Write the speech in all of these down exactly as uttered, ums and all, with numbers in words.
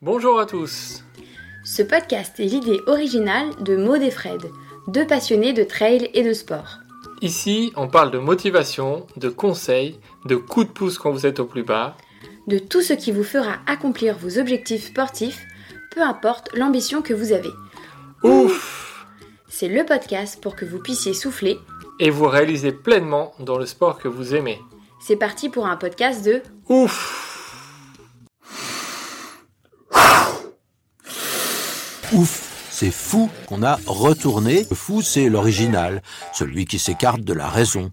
Bonjour à tous. Ce podcast est l'idée originale de Maud et Fred, deux passionnés de trail et de sport. Ici, on parle de motivation, de conseils, de coups de pouce quand vous êtes au plus bas, de tout ce qui vous fera accomplir vos objectifs sportifs, peu importe l'ambition que vous avez. Ouf! C'est le podcast pour que vous puissiez souffler Et vous réaliser pleinement dans le sport que vous aimez. C'est parti pour un podcast de Ouf! Ouf, c'est fou qu'on a retourné. Le fou, c'est l'original, celui qui s'écarte de la raison.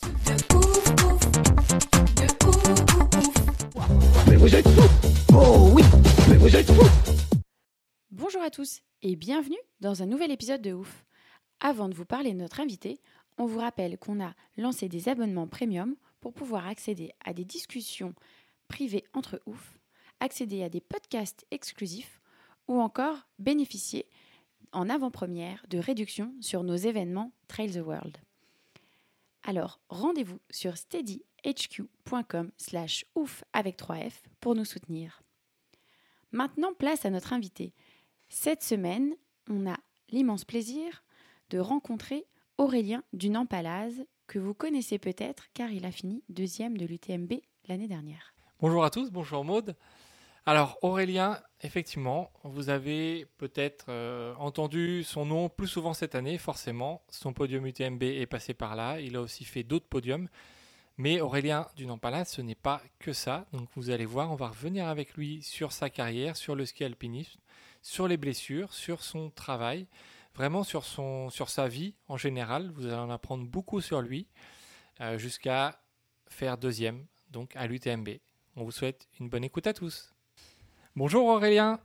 Mais vous êtes fous! Oh oui, mais vous êtes fous! Bonjour à tous et bienvenue dans un nouvel épisode de Ouf. Avant de vous parler de notre invité, on vous rappelle qu'on a lancé des abonnements premium pour pouvoir accéder à des discussions privées entre Ouf, accéder à des podcasts exclusifs ou encore bénéficier en avant-première de réductions sur nos événements Trail the World. Alors, rendez-vous sur steadyhq.com slash ouf avec trois F pour nous soutenir. Maintenant, place à notre invité. Cette semaine, on a l'immense plaisir de rencontrer Aurélien du Nampalaz, que vous connaissez peut-être car il a fini deuxième de l'U T M B l'année dernière. Bonjour à tous, bonjour Maud. Alors Aurélien, effectivement, vous avez peut-être euh, entendu son nom plus souvent cette année, forcément. Son podium U T M B est passé par là, il a aussi fait d'autres podiums. Mais Aurélien du Nampalaz, ce n'est pas que ça. Donc vous allez voir, on va revenir avec lui sur sa carrière, sur le ski alpinisme, sur les blessures, sur son travail, vraiment sur, son, sur sa vie en général. Vous allez en apprendre beaucoup sur lui, euh, jusqu'à faire deuxième, donc à l'U T M B. On vous souhaite une bonne écoute à tous. Bonjour Aurélien.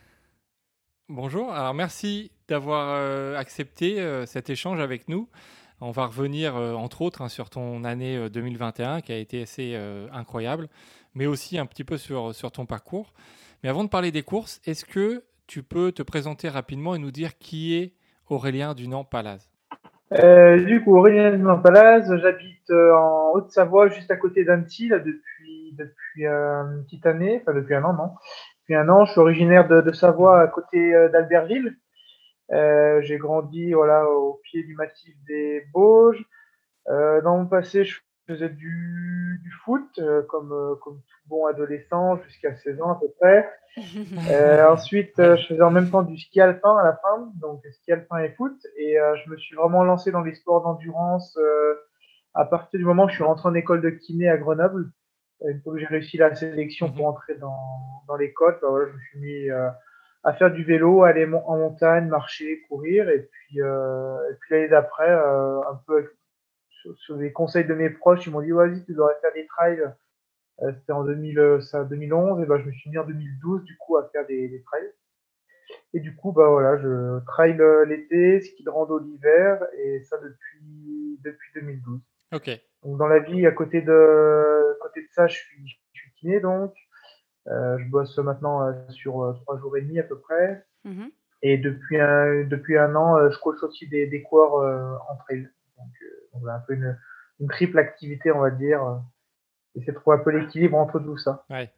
Bonjour, alors merci d'avoir euh, accepté euh, cet échange avec nous. On va revenir euh, entre autres hein, sur ton année euh, deux mille vingt et un qui a été assez euh, incroyable, mais aussi un petit peu sur, sur ton parcours. Mais avant de parler des courses, est-ce que tu peux te présenter rapidement et nous dire qui est Aurélien du Nampalaz ? Euh, du coup, Aurélien du Nampalaz, j'habite euh, en Haute-Savoie, juste à côté d'Annecy, là, depuis, depuis euh, une petite année, enfin depuis un an, non. Depuis un an, je suis originaire de, de Savoie, à côté euh, d'Albertville. Euh, j'ai grandi, voilà, au pied du massif des Bauges. Euh, dans mon passé, je faisais du, du foot, euh, comme, euh, comme tout bon adolescent, jusqu'à seize ans à peu près. Euh, ensuite, euh, je faisais en même temps du ski alpin à la fin, donc ski alpin et foot. Et euh, je me suis vraiment lancé dans les sports d'endurance euh, à partir du moment où je suis rentré en école de kiné à Grenoble. Une fois que j'ai réussi la sélection pour entrer dans, dans l'école, bah voilà, je me suis mis euh, à faire du vélo, aller mon- en montagne, marcher, courir. Et puis, euh, et puis l'année d'après, euh, un peu avec- sur, sur les conseils de mes proches, ils m'ont dit vas-y, tu devrais faire des trails. Euh, c'était en deux mille, euh, ça, deux mille onze, et ben je me suis mis en deux mille douze du coup à faire des, des trails. Et du coup, bah voilà, je trail euh, l'été, ski de rando l'hiver, et ça depuis depuis deux mille douze. Ok. Donc dans la vie, à côté de à côté de ça, je suis je suis kiné donc. Euh, je bosse maintenant euh, sur euh, trois jours et demi à peu près. Mhm. Et depuis un depuis un an, euh, je coach aussi des des coureurs euh, en trail. Donc, euh, on a un peu une une triple activité, on va dire. Euh, Essayer de trouver un peu l'équilibre entre tout ça. Ouais.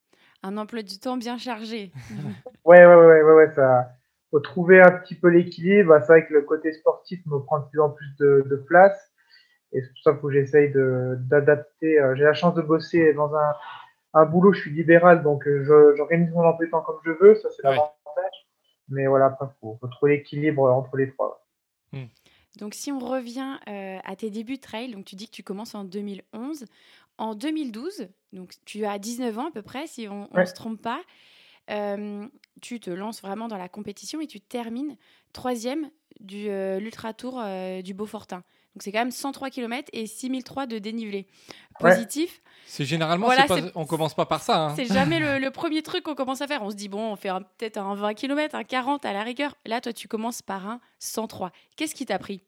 Un emploi du temps bien chargé. Ouais, ouais, ouais, ouais, ouais, ça. Faut trouver un petit peu l'équilibre. Bah, c'est vrai que le côté sportif me prend de plus en plus de, de place. Et c'est pour ça qu'il faut que j'essaye de, d'adapter. Euh, J'ai la chance de bosser dans un, un boulot, je suis libéral, donc euh, je, j'organise mon emploi du temps comme je veux. Ça, c'est Ouais. l'avantage. Mais voilà, après, faut, faut trouver l'équilibre entre les trois. Donc si on revient euh, à tes débuts de trail, donc tu dis que tu commences en deux mille onze. En deux mille douze, donc tu as dix-neuf ans à peu près, si on ne Ouais. se trompe pas, euh, tu te lances vraiment dans la compétition et tu termines troisième du euh, l'Ultra Tour euh, du Beaufortin. Donc c'est quand même cent trois kilomètres et six mille trois de dénivelé. Ouais. Positif. C'est généralement, Voilà, c'est pas, c'est- on commence pas par ça. Hein. C'est jamais le, le premier truc qu'on commence à faire. On se dit, bon, on fait un- peut-être un vingt kilomètres, un quarante à la rigueur. Là, toi, tu commences par un cent trois. Qu'est-ce qui t'a pris ?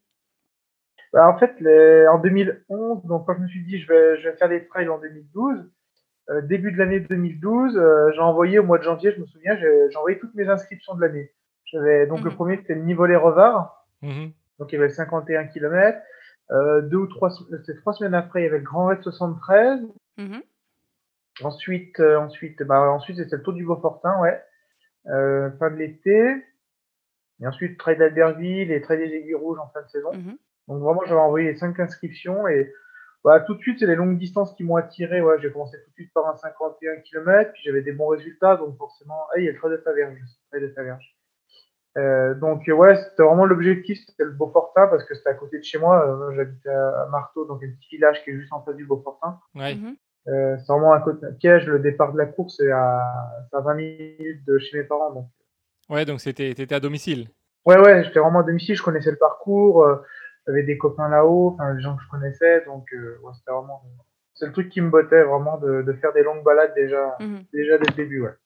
Bah, en fait, les, en deux mille onze, donc quand je me suis dit je vais, je vais faire des trails en deux mille douze, euh, début de l'année deux mille douze, euh, j'ai envoyé au mois de janvier, je me souviens, j'ai, j'ai envoyé toutes mes inscriptions de l'année. J'avais donc le Mhm. premier c'était le Nivolet-Revard, Mhm. donc il y avait cinquante et un kilomètres. Euh, deux ou trois, c'était trois semaines après, il y avait le Grand Raid soixante-treize. Mhm. Ensuite, euh, ensuite, bah ensuite c'était le Tour du Beaufortin, ouais. euh, fin de l'été. Et ensuite, Trail d'Albertville et Trail des Aiguilles Rouges en fin de saison. Mhm. Donc vraiment, j'avais envoyé les cinq inscriptions et bah, tout de suite, c'est les longues distances qui m'ont attiré. Ouais, j'ai commencé tout de suite par un cinquante et un kilomètres, puis j'avais des bons résultats, donc forcément, ah, il y a le Trail de Faverges. Le Trail de Faverges. Euh, donc euh, ouais, c'était vraiment l'objectif, c'était le Beaufortin parce que c'était à côté de chez moi. Euh, j'habite à, à Marteau, donc un petit village qui est juste en face du Beaufortin. Ouais. Mhm. Euh, c'est vraiment à côté de Piège. Le départ de la course est à, c'est à vingt minutes de chez mes parents. Donc Ouais, donc c'était, t'étais à domicile. ouais, ouais, j'étais vraiment à domicile, je connaissais le parcours, euh, j'avais des copains là-haut, enfin des gens que je connaissais, donc euh, ouais, c'était vraiment, c'est le truc qui me bottait vraiment de, de faire des longues balades déjà, Mhm. déjà dès le début, ouais.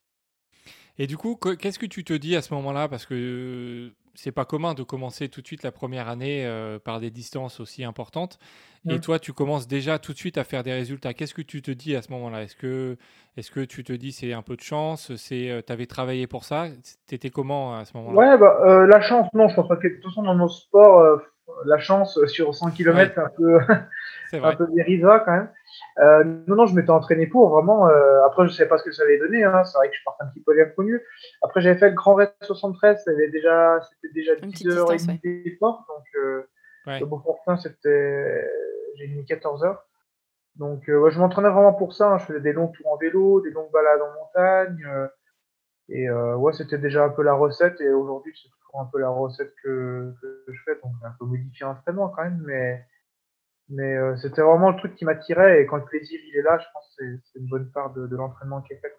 Et du coup, que- qu'est-ce que tu te dis à ce moment-là? Parce que euh, c'est pas commun de commencer tout de suite la première année euh, par des distances aussi importantes. Et Mm. toi, tu commences déjà tout de suite à faire des résultats. Qu'est-ce que tu te dis à ce moment-là? Est-ce que, est-ce que tu te dis c'est un peu de chance? C'est, euh, t'avais travaillé pour ça? T'étais comment à ce moment-là? Ouais, bah, euh, la chance, non, je pense pas que, de toute façon, dans nos sports, euh, la chance euh, sur cent kilomètres, Ouais, c'est un peu, c'est un vrai. peu dérisoire quand même. Euh, non, non, je m'étais entraîné pour vraiment. Euh, après, je sais pas ce que ça allait donner. Hein, c'est vrai que je partais un petit peu à l'inconnu. Après, j'avais fait le Grand Raid soixante-treize. Ça avait déjà, c'était déjà Une dix petite heures distance, trente ouais. d'effort. Donc, euh, le Ouais. Beaufortin, c'était, j'ai mis quatorze heures. Donc, euh, ouais, je m'entraînais vraiment pour ça. Hein. Je faisais des longs tours en vélo, des longues balades en montagne. Euh, et euh, ouais, c'était déjà un peu la recette. Et aujourd'hui, c'est toujours un peu la recette que, que je fais. Donc, j'ai un peu modifié l'entraînement quand même, mais mais euh, c'était vraiment le truc qui m'attirait et quand le plaisir il est là, je pense que c'est, c'est une bonne part de, de l'entraînement qui est fait.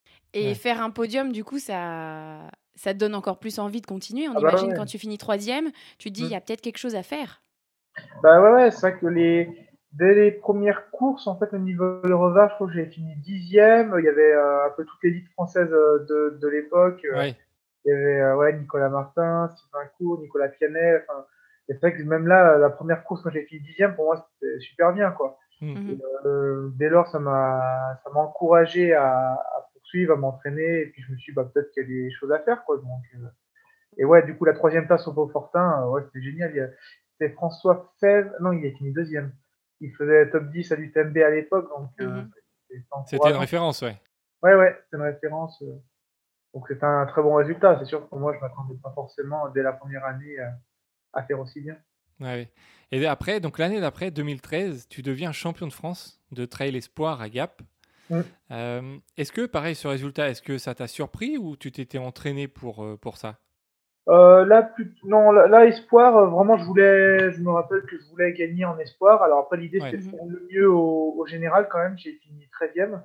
Et Ouais. faire un podium, du coup, ça, ça te donne encore plus envie de continuer. On Ah bah imagine ouais. quand tu finis troisième, tu te dis, il y Mm. a peut-être quelque chose à faire. Bah ouais, ouais, c'est vrai que les dès les premières courses, en fait, au niveau de Reva, je crois que j'ai fini dixième. Il y avait euh, un peu toute l'élite française euh, de, de l'époque. Euh, Ouais. Il y avait euh, ouais, Nicolas Martin, Sylvain Court, Nicolas Pianet. Enfin, et c'est vrai que même là, la première course, quand j'ai fini dixième, pour moi, c'était super bien, quoi. Hmm. Mhm. Euh, dès lors, ça m'a, ça m'a encouragé à, à poursuivre, à m'entraîner, et puis je me suis dit, bah, peut-être qu'il y a des choses à faire, quoi. Donc, euh, et ouais, du coup, la troisième place au Beaufortin, euh, ouais, c'était génial. Il y a, c'était François Fèvre, non, il a fini deuxième. Il faisait top dix à l'U T M B à l'époque, donc, euh, Mhm. c'était C'était une encourageant. référence, ouais. Ouais, ouais, c'est une référence. euh. Donc, c'est un très bon résultat. C'est sûr que moi, je m'attendais pas forcément, dès la première année, à, à faire aussi bien. Ouais. Et après, donc l'année d'après, deux mille treize, tu deviens champion de France de Trail Espoir à Gap. Mm. Euh, est-ce que, pareil, ce résultat, est-ce que ça t'a surpris ou tu t'étais entraîné pour, euh, pour ça? Euh, là, plus, non, là, là, espoir, euh, vraiment, je voulais, je me rappelle que je voulais gagner en espoir. Alors après, l'idée, Ouais. c'était de Mhm. faire le mieux au, au général quand même. J'ai fini treizième.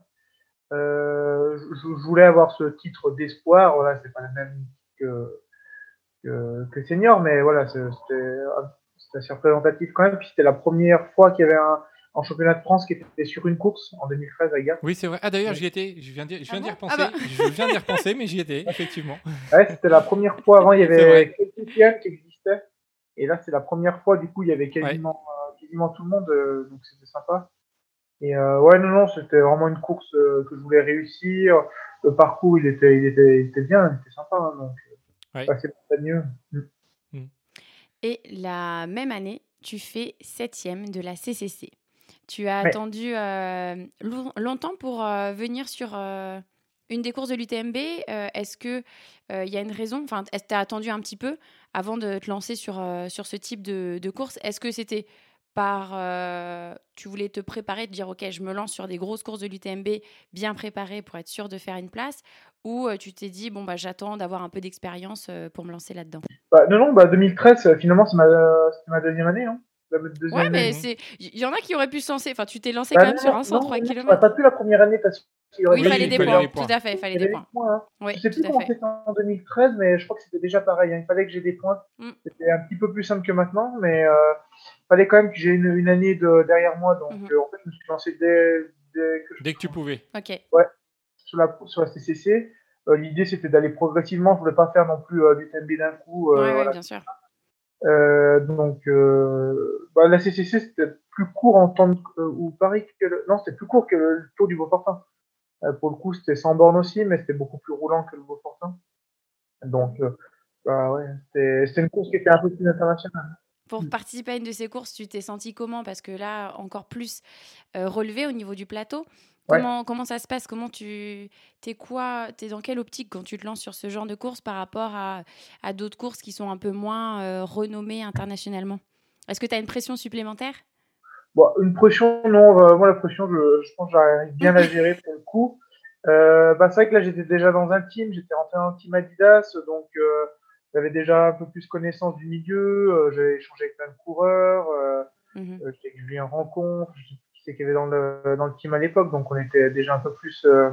Euh, je, je voulais avoir ce titre d'espoir. Voilà, c'est pas le même que, que, que senior, mais voilà, c'est- c'était, c'était assez représentatif quand même. Puis c'était la première fois qu'il y avait un, en championnat de France qui était sur une course en deux mille treize à Gap. Oui, c'est vrai. Ah, d'ailleurs, j'y étais. Je viens d'y, je Ah viens d'y bon? Ah bah. repenser. Je viens d'y repenser, mais j'y étais, effectivement. Ouais, c'était la première fois. Avant, il y C'est vrai. avait quelques T M qui existaient. Et là, c'est la première fois, du coup, il y avait Ouais. quasiment, euh, quasiment tout le monde, euh, donc c'était sympa. Et euh, ouais, non, non, c'était vraiment une course euh, que je voulais réussir. Le parcours, il était, il était, il était bien, il était sympa, hein, donc Ouais. bah, c'est pas mieux. Mm. Mm. Et la même année, tu fais septième de la C C C. Tu as Ouais. attendu euh, long- longtemps pour euh, venir sur euh, une des courses de l'U T M B. Euh, est-ce que il y a une raison? Enfin, est-ce que tu as attendu un petit peu avant de te lancer sur, euh, sur ce type de, de course? Est-ce que c'était par... euh, tu voulais te préparer, te dire, OK, je me lance sur des grosses courses de l'U T M B bien préparées pour être sûr de faire une place? Ou euh, tu t'es dit, bon, bah, j'attends d'avoir un peu d'expérience euh, pour me lancer là-dedans? Bah, non, non, bah, deux mille treize, euh, finalement, c'est ma, c'était ma deuxième année, hein. La deuxième Ouais, mais année. Mhm. c'est, il y en a qui auraient pu se lancer. Enfin, tu t'es lancé Bah, quand même sur non, un cent trois non, non, j'aurais kilomètres. pas pu la première année parce qu'il aurait Oui, il Oui, fallait il des fallait points. les Tout points. à fait, il fallait Il y des avait points. des points, hein. Oui, Je sais tout plus à comment fait. c'était en deux mille treize, mais je crois que c'était déjà pareil, hein. Il fallait que j'ai des points. Mm. C'était un petit peu plus simple que maintenant, mais euh, il fallait quand même que j'ai une, une année de, derrière moi. Donc, Mhm. euh, en fait, je me suis lancé dès, dès que je Dès que tu pouvais. Ok. ouais, sur la, sur la C C C. Euh, l'idée, c'était d'aller progressivement. Je voulais pas faire non plus euh, du T M B d'un coup. Euh, Ouais, ouais, voilà. bien sûr. Euh, donc, euh, bah, la C C C, c'était plus court en temps de, euh, ou pareil que le, non, c'était plus court que le Tour du Beaufortin. Euh, pour le coup, c'était sans borne aussi, mais c'était beaucoup plus roulant que le Beaufortin. Donc, euh, bah ouais, c'était, c'était une course qui était un peu plus internationale. Pour participer à une de ces courses, tu t'es senti comment? Parce que là, encore plus euh, relevé au niveau du plateau. Ouais. Comment, comment ça se passe? Comment tu t'es quoi? T'es dans quelle optique quand tu te lances sur ce genre de course par rapport à, à d'autres courses qui sont un peu moins euh, renommées internationalement? Est-ce que tu as une pression supplémentaire? Bon, une pression, non, euh, moi la pression, je, je pense que j'arrive bien à gérer pour le coup. Euh, bah, c'est vrai que là j'étais déjà dans un team, j'étais rentré dans un team Adidas, donc euh, j'avais déjà un peu plus connaissance du milieu, euh, j'avais échangé avec plein de coureurs, euh, Mhm. euh, j'étais avec Julien Rencontre, je sais plus qui c'est qu'il y avait dans le, dans le team à l'époque, donc on était déjà un peu plus euh,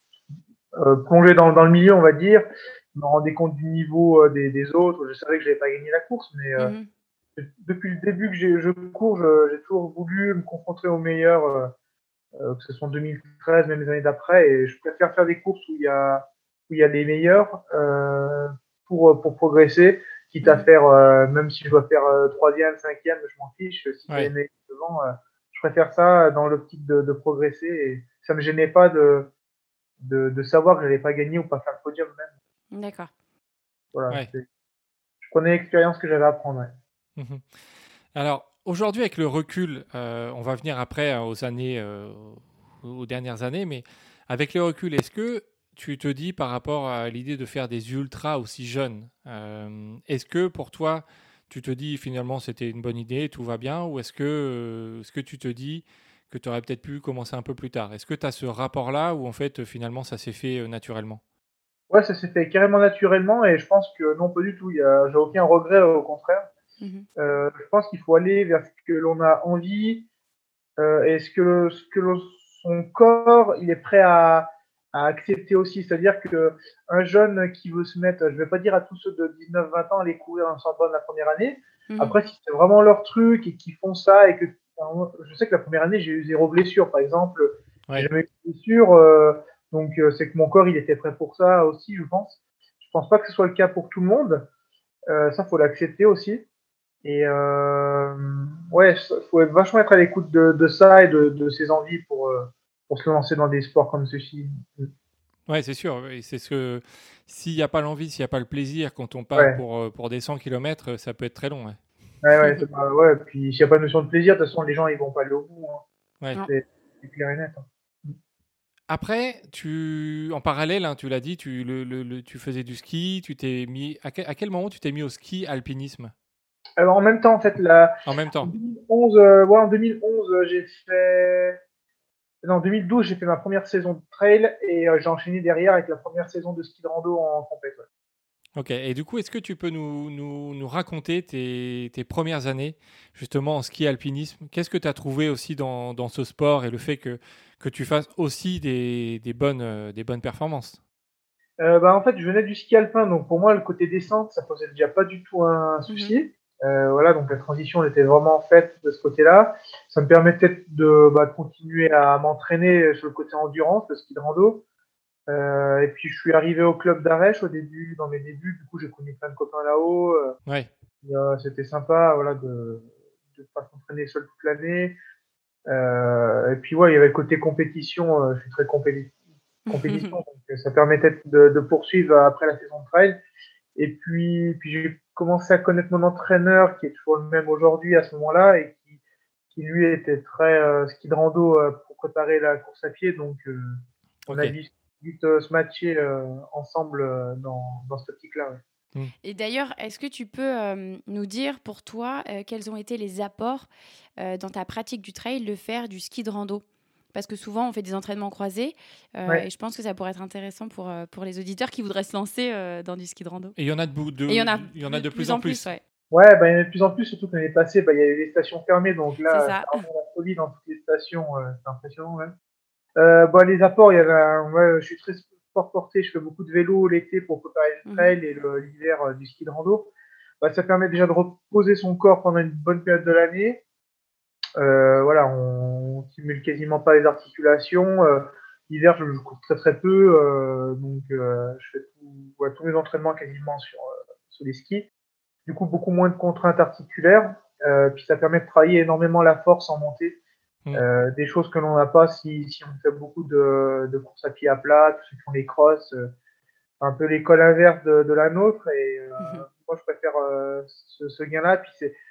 euh, plongé dans, dans le milieu, on va dire. Je me rendais compte du niveau euh, des, des autres, je savais que j'avais pas gagné la course, mais euh, Mhm. depuis le début que j'ai, je cours, je- j'ai toujours voulu me confronter aux meilleurs, euh, euh, que ce soit en deux mille treize, même les années d'après, et je préfère faire des courses où il y a, où il y a les meilleurs euh, pour, pour progresser, quitte à Mhm. faire, euh, même si je dois faire euh, troisième, cinquième, je m'en fiche, si c'est les Ouais. meilleurs devant, euh, je préfère ça dans l'optique de, de progresser, et ça me gênait pas de, de, de savoir que j'allais pas gagner ou pas faire le podium même. D'accord. Voilà, Ouais. c'est- je prenais l'expérience que j'avais à prendre. Ouais. Mhm. Alors, aujourd'hui, avec le recul, euh, on va venir après hein, aux années, euh, aux dernières années, mais avec le recul, est-ce que tu te dis par rapport à l'idée de faire des ultras aussi jeunes, euh, est-ce que pour toi, tu te dis finalement c'était une bonne idée, tout va bien, ou est-ce que, euh, est-ce que tu te dis que tu aurais peut-être pu commencer un peu plus tard? Est-ce que tu as ce rapport-là ou en fait finalement ça s'est fait euh, naturellement? Ouais, ça s'est fait carrément naturellement et je pense que non, pas du tout. Il y a, j'ai aucun regret, au contraire. Mhm. Euh, je pense qu'il faut aller vers ce que l'on a envie euh, et ce que, le, ce que le- son corps il est prêt à, à accepter aussi. C'est-à-dire que un jeune qui veut se mettre, je vais pas dire à tous ceux de dix-neuf vingt ans aller courir en Sorbonne la première année. Mhm. Après, si c'est vraiment leur truc et qu'ils font ça et que je sais que la première année j'ai eu zéro blessure, par exemple, j'ai Ouais. jamais eu de blessure, euh, donc euh, c'est que mon corps il était prêt pour ça aussi, je pense. Je pense pas que ce soit le cas pour tout le monde. Euh, ça faut l'accepter aussi. Et euh, ouais, il faut vachement être à l'écoute de, de ça et de, de ses envies pour, euh, pour se lancer dans des sports comme ceci. Ouais, c'est sûr. Et c'est ce que s'il n'y a pas l'envie, s'il n'y a pas le plaisir, quand on part Ouais, pour, euh, pour des cent kilomètres, ça peut être très long. Ouais. ouais, ouais, c'est pas, ouais. Puis s'il n'y a pas de notion de plaisir, de toute façon, les gens ils vont pas aller au bout. Hein. Ouais. Non. C'est c'est clair et net. Hein. Après, tu, en parallèle, hein, tu l'as dit, tu, le, le- le- tu faisais du ski, tu t'es mis. À quel, à quel moment tu t'es mis au ski alpinisme Alors en même temps, en fait, là, en même en temps? deux mille onze, euh, ouais, en deux mille onze, euh, j'ai fait. Non, en deux mille douze, j'ai fait ma première saison de trail et euh, j'ai enchaîné derrière avec la première saison de ski de rando en compète. Ouais. Ok. Et du coup, est-ce que tu peux nous, nous, nous raconter tes, tes premières années justement en ski alpinisme? Qu'est-ce que tu as trouvé aussi dans, dans ce sport et le fait que, que tu fasses aussi des, des bonnes, euh, des bonnes performances? Euh, bah, en fait, je venais du ski alpin, donc pour moi, le côté descente, ça posait déjà pas du tout un Mhm. souci. Euh, voilà, donc la transition elle était vraiment faite de ce côté-là. Ça me permettait de, bah, de continuer à m'entraîner sur le côté endurance, le ski de rando. Euh, et puis je suis arrivé au club d'Arèche au début, dans mes débuts. Du coup, j'ai connu plein de copains là-haut. Euh, Ouais. et, euh, c'était sympa, voilà, de de pas s'entraîner seul toute l'année. Euh, et puis ouais, il y avait le côté compétition. Euh, je suis très compétitif compétition, donc euh, ça permettait de, de poursuivre après la saison de trail. Et puis, puis j'ai commencé à connaître mon entraîneur, qui est toujours le même aujourd'hui à ce moment-là, et qui, qui lui était très euh, ski de rando euh, pour préparer la course à pied. Donc, euh, on Ok. a vite, vite euh, se matcher euh, ensemble euh, dans, dans cette optique-là. Ouais. Hmm. Et d'ailleurs, est-ce que tu peux euh, nous dire pour toi euh, quels ont été les apports euh, dans ta pratique du trail de faire du ski de rando? Parce que souvent, on fait des entraînements croisés euh, Ouais. et je pense que ça pourrait être intéressant pour, euh, pour les auditeurs qui voudraient se lancer euh, dans du ski de rando. Et il y en a de, bou- de- Et il y en a il y en a de plus, plus en plus. ouais. Ouais, bah, il y en a de plus en plus, surtout que l'année passée, bah, il y avait les stations fermées, donc C'est là, ça. c'est vraiment la folie dans toutes les stations, euh, c'est impressionnant, ouais. Euh, bah, les apports, il y avait un- ouais, je suis très sport porté, je fais beaucoup de vélo l'été pour préparer le Mhm. trail et le- l'hiver euh, du ski de rando. Bah, ça permet déjà de reposer son corps pendant une bonne période de l'année. Euh, voilà, on stimule quasiment pas les articulations. Euh, l'hiver, je, je cours très très peu, euh, donc euh, je fais tout, ouais, tous mes entraînements quasiment sur, euh, sur les skis. Du coup, beaucoup moins de contraintes articulaires. Euh, puis ça permet de travailler énormément la force en montée. Hmm. Euh, des choses que l'on n'a pas si, si on fait beaucoup de, de courses à pied à plat, tous ceux qui font les crosses, euh, un peu l'école inverse de, de la nôtre. Et euh, Mhm. moi, je préfère euh, ce, ce gain-là. Puis c'est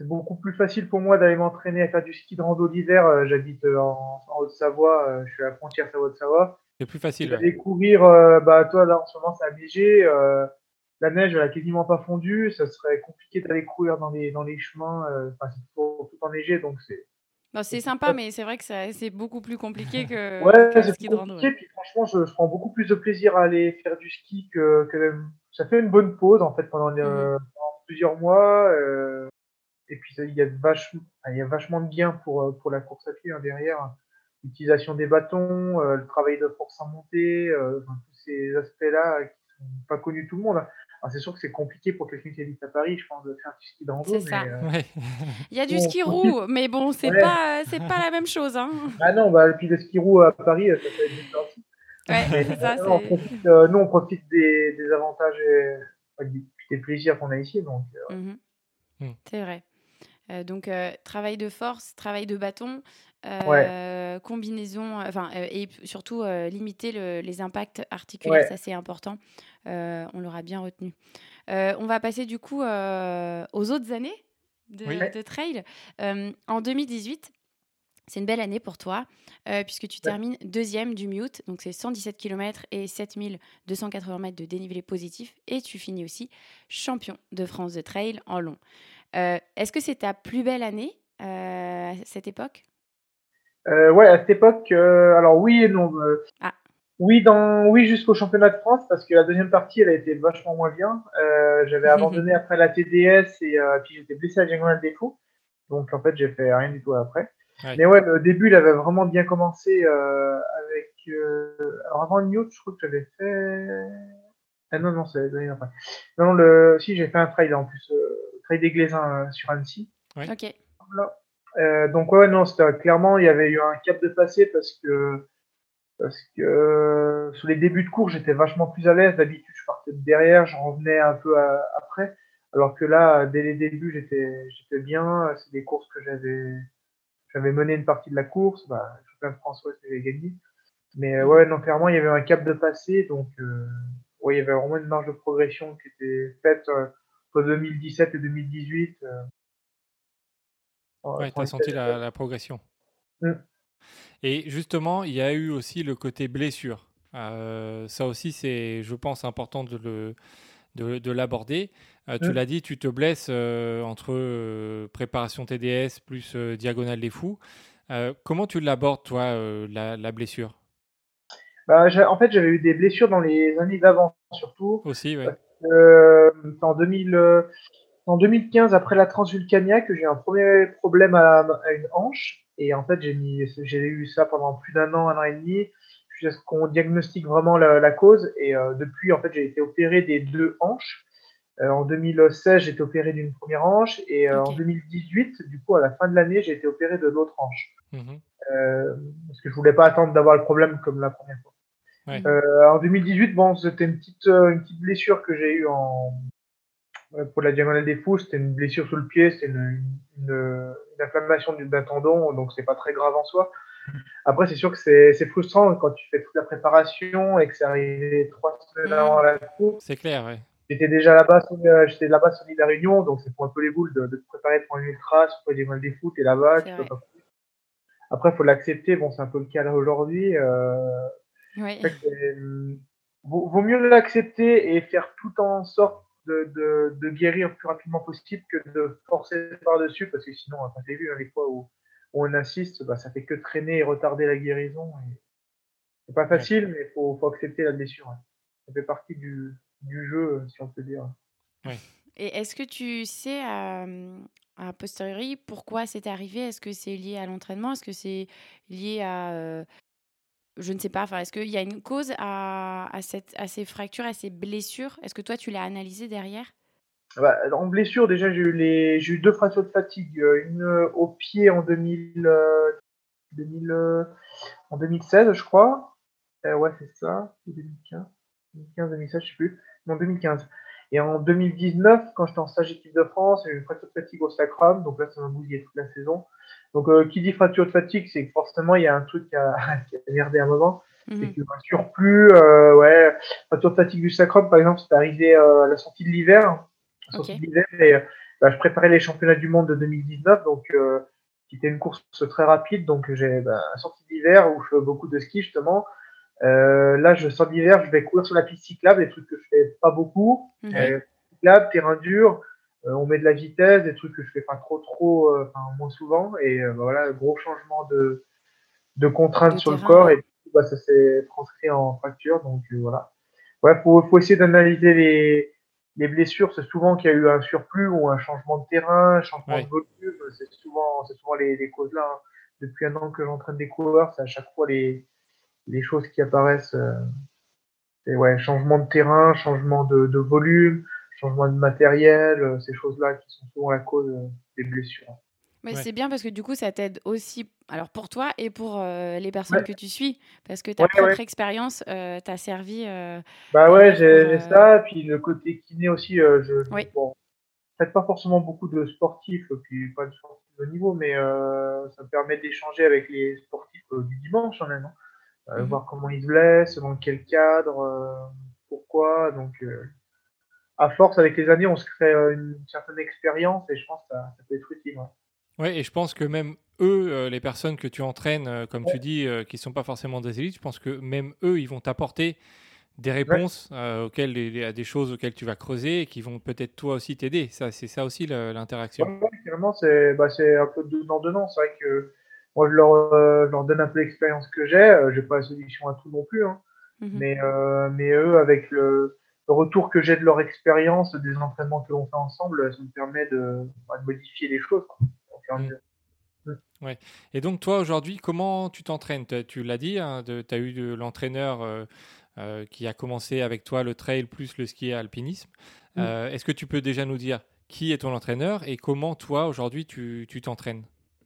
c'est beaucoup plus facile pour moi d'aller m'entraîner à faire du ski de rando l'hiver. Euh, j'habite euh, en, en Haute-Savoie, euh, je suis à la frontière Savoie-de-Savoie. C'est plus Que facile, ouais. d'aller courir, euh, bah toi là en ce moment ça a neigé, euh, la neige elle a quasiment pas fondu, ça serait compliqué d'aller courir dans les dans les chemins, euh, enfin c'est tout, tout enneigé donc c'est Bon, c'est c'est plus sympa, facile. mais c'est vrai que ça- c'est beaucoup plus compliqué que, Ouais, que le c'est plus ski de rando. Ouais. compliqué, puis franchement je, je prends beaucoup plus de plaisir à aller faire du ski que, que ça fait une bonne pause en fait pendant, Mhm. le- pendant plusieurs mois, euh, et puis ça, il y a vachement il y a vachement de gains pour euh, pour la course à pied hein, derrière. L'utilisation des bâtons, euh, le travail de force en montée, euh, enfin, tous ces aspects-là qui sont pas connus de tout le monde. Alors c'est sûr que c'est compliqué pour quelqu'un qui habite à Paris, je pense, de faire du ski de C'est rando, ça. mais euh, Ouais. Il y a du bon, ski profite. roue, mais bon, c'est Ouais. pas, c'est pas la même chose. Hein. Ah non, bah, puis le ski roue à Paris, euh, ça peut être différent aussi. Ouais, Mais c'est ça. euh, non, on C'est... profite, euh, nous, on profite des, des avantages et enfin, des, des plaisirs qu'on a ici. Donc, euh, Mhm. Mm. C'est vrai. Euh, donc, euh, travail de force, travail de bâton, ouais, euh, combinaison, euh, enfin, euh, et p- surtout euh, limiter le- les impacts articulaires, ouais, ça c'est important. Euh, on l'aura bien retenu. Euh, on va passer du coup euh, aux autres années de, Oui. ouais, de trail. Euh, en deux mille dix-huit, c'est une belle année pour toi, euh, puisque tu ouais. termines deuxième du Mute, donc c'est cent dix-sept kilomètres et sept mille deux cent quatre-vingts mètres de dénivelé positif, et tu finis aussi champion de France de trail en long. Euh, est-ce que c'est ta plus belle année euh, à cette époque? Euh, ouais, à cette époque, euh, alors oui et non. euh, Ah, Oui, dans, oui, jusqu'au championnat de France, parce que la deuxième partie, elle a été vachement moins bien. Euh, j'avais abandonné après la T D S et euh, puis j'étais blessé à la diagonale des fous. Donc en fait, j'ai fait rien du tout après. Ouais. Mais ouais, le début, il avait vraiment bien commencé euh, avec. Euh, alors avant le Newt, je crois que j'avais fait. Ah non, non, c'est l'année après. Non, non, le... si, j'ai fait un trail en plus, euh, trail des Glaisins euh, sur Annecy. Ouais. ok. Là. Euh, donc ouais, non, c'était clairement, il y avait eu un cap de passé parce que parce que euh, sur les débuts de cours, j'étais vachement plus à l'aise. D'habitude, je partais de derrière, j'en revenais un peu à- après. Alors que là, dès les débuts, j'étais j'étais bien. C'est des courses que j'avais j'avais mené une partie de la course. Bah, je plein de François que j'ai gagné. Mais euh, Mhm. ouais, non, clairement, il y avait un cap de passé. Donc, euh, ouais, il y avait vraiment une marge de progression qui était faite euh, entre deux mille dix-sept et deux mille dix-huit. Euh, Ouais, entre tu as les senti la, la progression. Mm. Et justement, il y a eu aussi le côté blessure. Euh, ça aussi, c'est, je pense, important de, le, de, de l'aborder. Euh, tu Mm. l'as dit, tu te blesses euh, entre euh, préparation T D S plus euh, diagonale des fous. Euh, comment tu l'abordes, toi, euh, la, la blessure Bah, j'ai- en fait, j'avais eu des blessures dans les années d'avant, surtout. aussi, ouais. Parce que, euh, c'est en deux mille, euh, en deux mille quinze, après la Transvulcania, que j'ai eu un premier problème à, à une hanche. Et en fait, j'ai mis, j'ai eu ça pendant plus d'un an, un an et demi, jusqu'à ce qu'on diagnostique vraiment la, la cause. Et euh, depuis, en fait, j'ai été opéré des deux hanches. Euh, en deux mille seize, j'ai été opéré d'une première hanche. Et euh, en Ok. deux mille dix-huit, du coup, à la fin de l'année, j'ai été opéré de l'autre hanche. Mhm. Euh, parce que je voulais pas attendre d'avoir le problème comme la première fois. Ouais. Mhm. Euh, en deux mille dix-huit, bon, c'était une petite, euh, une petite blessure que j'ai eue en, euh, pour la diagonale des fous. C'était une blessure sous le pied, c'était une, une, une inflammation du- d'un tendon, donc c'est pas très grave en soi. Après, c'est sûr que c'est, c'est frustrant quand tu fais toute la préparation et que c'est arrivé trois semaines Mhm. avant la course. C'est clair, ouais. J'étais déjà là-bas, sur, euh, j'étais là-bas sur l'île de la Réunion, donc c'est pour un peu les boules de, de te préparer pour un ultra, sur la diagonale des fous, t'es là-bas, C'est tu peux vrai. pas. Après, faut l'accepter. Bon, c'est un peu le cas là aujourd'hui. Euh, Oui. En fait, c'est, vaut, vaut mieux l'accepter et faire tout en sorte de, de, de guérir le plus rapidement possible que de forcer par-dessus, parce que sinon, quand t'as vu hein, les fois où, où on assiste, bah, ça fait que traîner et retarder la guérison. Et c'est pas Ouais. facile, mais faut, faut accepter la blessure. Hein. Ça fait partie du, du jeu, si on peut dire. Ouais. Et est-ce que tu sais euh, a posteriori pourquoi c'est arrivé? Est-ce que c'est lié à l'entraînement? Est-ce que c'est lié à euh, je ne sais pas. Enfin, est-ce qu'il y a une cause à, à, cette, à ces fractures, à ces blessures? Est-ce que toi tu l'as analysé derrière? Bah, en blessure, déjà, j'ai eu, les, j'ai eu deux fractures de fatigue. Une au pied en deux mille, euh, deux mille, euh, en deux mille seize, je crois. Euh, ouais, c'est ça. deux mille quinze, deux mille quinze, deux mille seize, je sais plus. Non, deux mille quinze. Et en deux mille dix-neuf, quand j'étais en stage équipe de France, j'ai eu une fracture de fatigue au sacrum. Donc là, ça m'a bousillé toute la saison. Donc, euh, qui dit fracture de fatigue, c'est que forcément, il y a un truc qui a, qui a merdé à un moment. C'est Mhm. que un surplus, euh, ouais, fracture de fatigue du sacrum, par exemple, c'est arrivé euh, à la sortie de l'hiver. À la Ok. sortie de l'hiver, et, bah, je préparais les championnats du monde de deux mille dix-neuf, donc euh, c'était une course très rapide, donc j'ai bah, sortie d'hiver où je fais beaucoup de ski justement. Euh, là, je sors d'hiver, je vais courir sur la piste cyclable, des trucs que je fais pas beaucoup. Mhm. Euh, cyclable, terrain dur, euh, on met de la vitesse, des trucs que je fais pas trop trop, euh, enfin moins souvent. Et euh, bah, voilà, gros changement de de contraintes De sur le terrain, corps ouais. et du coup, bah, ça s'est transcrit en fracture. Donc euh, voilà. Ouais, faut faut essayer d'analyser les les blessures. C'est souvent qu'il y a eu un surplus ou un changement de terrain, un changement Ouais. de volume. C'est souvent c'est souvent les, les causes là. Hein. Depuis un an que j'entraîne des coureurs, c'est à chaque fois les les choses qui apparaissent. Euh, c'est ouais, changement de terrain, changement de, de volume, changement de matériel, euh, ces choses-là qui sont souvent la cause euh, des blessures. Mais Ouais. c'est bien parce que du coup, ça t'aide aussi, alors pour toi et pour euh, les personnes Ouais, que tu suis, parce que ta ouais, propre ouais. expérience euh, t'a servi euh, Bah ouais, derrière pour... j'ai j'ai euh, ça, puis le côté kiné aussi, euh, je, Oui. bon, peut-être pas forcément beaucoup de sportifs, puis pas de sportifs de haut niveau, mais euh, ça me permet d'échanger avec les sportifs euh, du dimanche quand même, hein. Euh, Mhm. voir comment ils se blessent, dans quel cadre, euh, pourquoi, donc euh, à force avec les années, on se crée euh, une certaine expérience et je pense que ça, ça peut être utile. Ouais. Ouais, et je pense que même eux, euh, les personnes que tu entraînes, euh, comme tu Ouais, dis, euh, qui sont pas forcément des élites, je pense que même eux, ils vont t'apporter des ouais, réponses euh, auxquelles, les- à des choses auxquelles tu vas creuser et qui vont peut-être toi aussi t'aider. Ça, c'est ça aussi le- l'interaction. ouais, ouais, carrément, c'est bah, c'est un peu donnant-donnant. C'est vrai que moi, je leur, euh, je leur donne un peu l'expérience que j'ai. Euh, j'ai pas la solution à tout non plus, hein. Mhm. Mais, euh, mais eux, avec le, le retour que j'ai de leur expérience, des entraînements que l'on fait ensemble, ça me permet de, bah, de modifier les choses, quoi, pour faire Mm. mieux. Mm. Ouais. Et donc toi aujourd'hui, comment tu t'entraînes? T'as- Tu l'as dit, hein, tu as eu de l'entraîneur euh, euh, qui a commencé avec toi le trail plus le ski et alpinisme. Mm. Euh, Est-ce que tu peux déjà nous dire qui est ton entraîneur et comment toi aujourd'hui tu tu t'entraînes?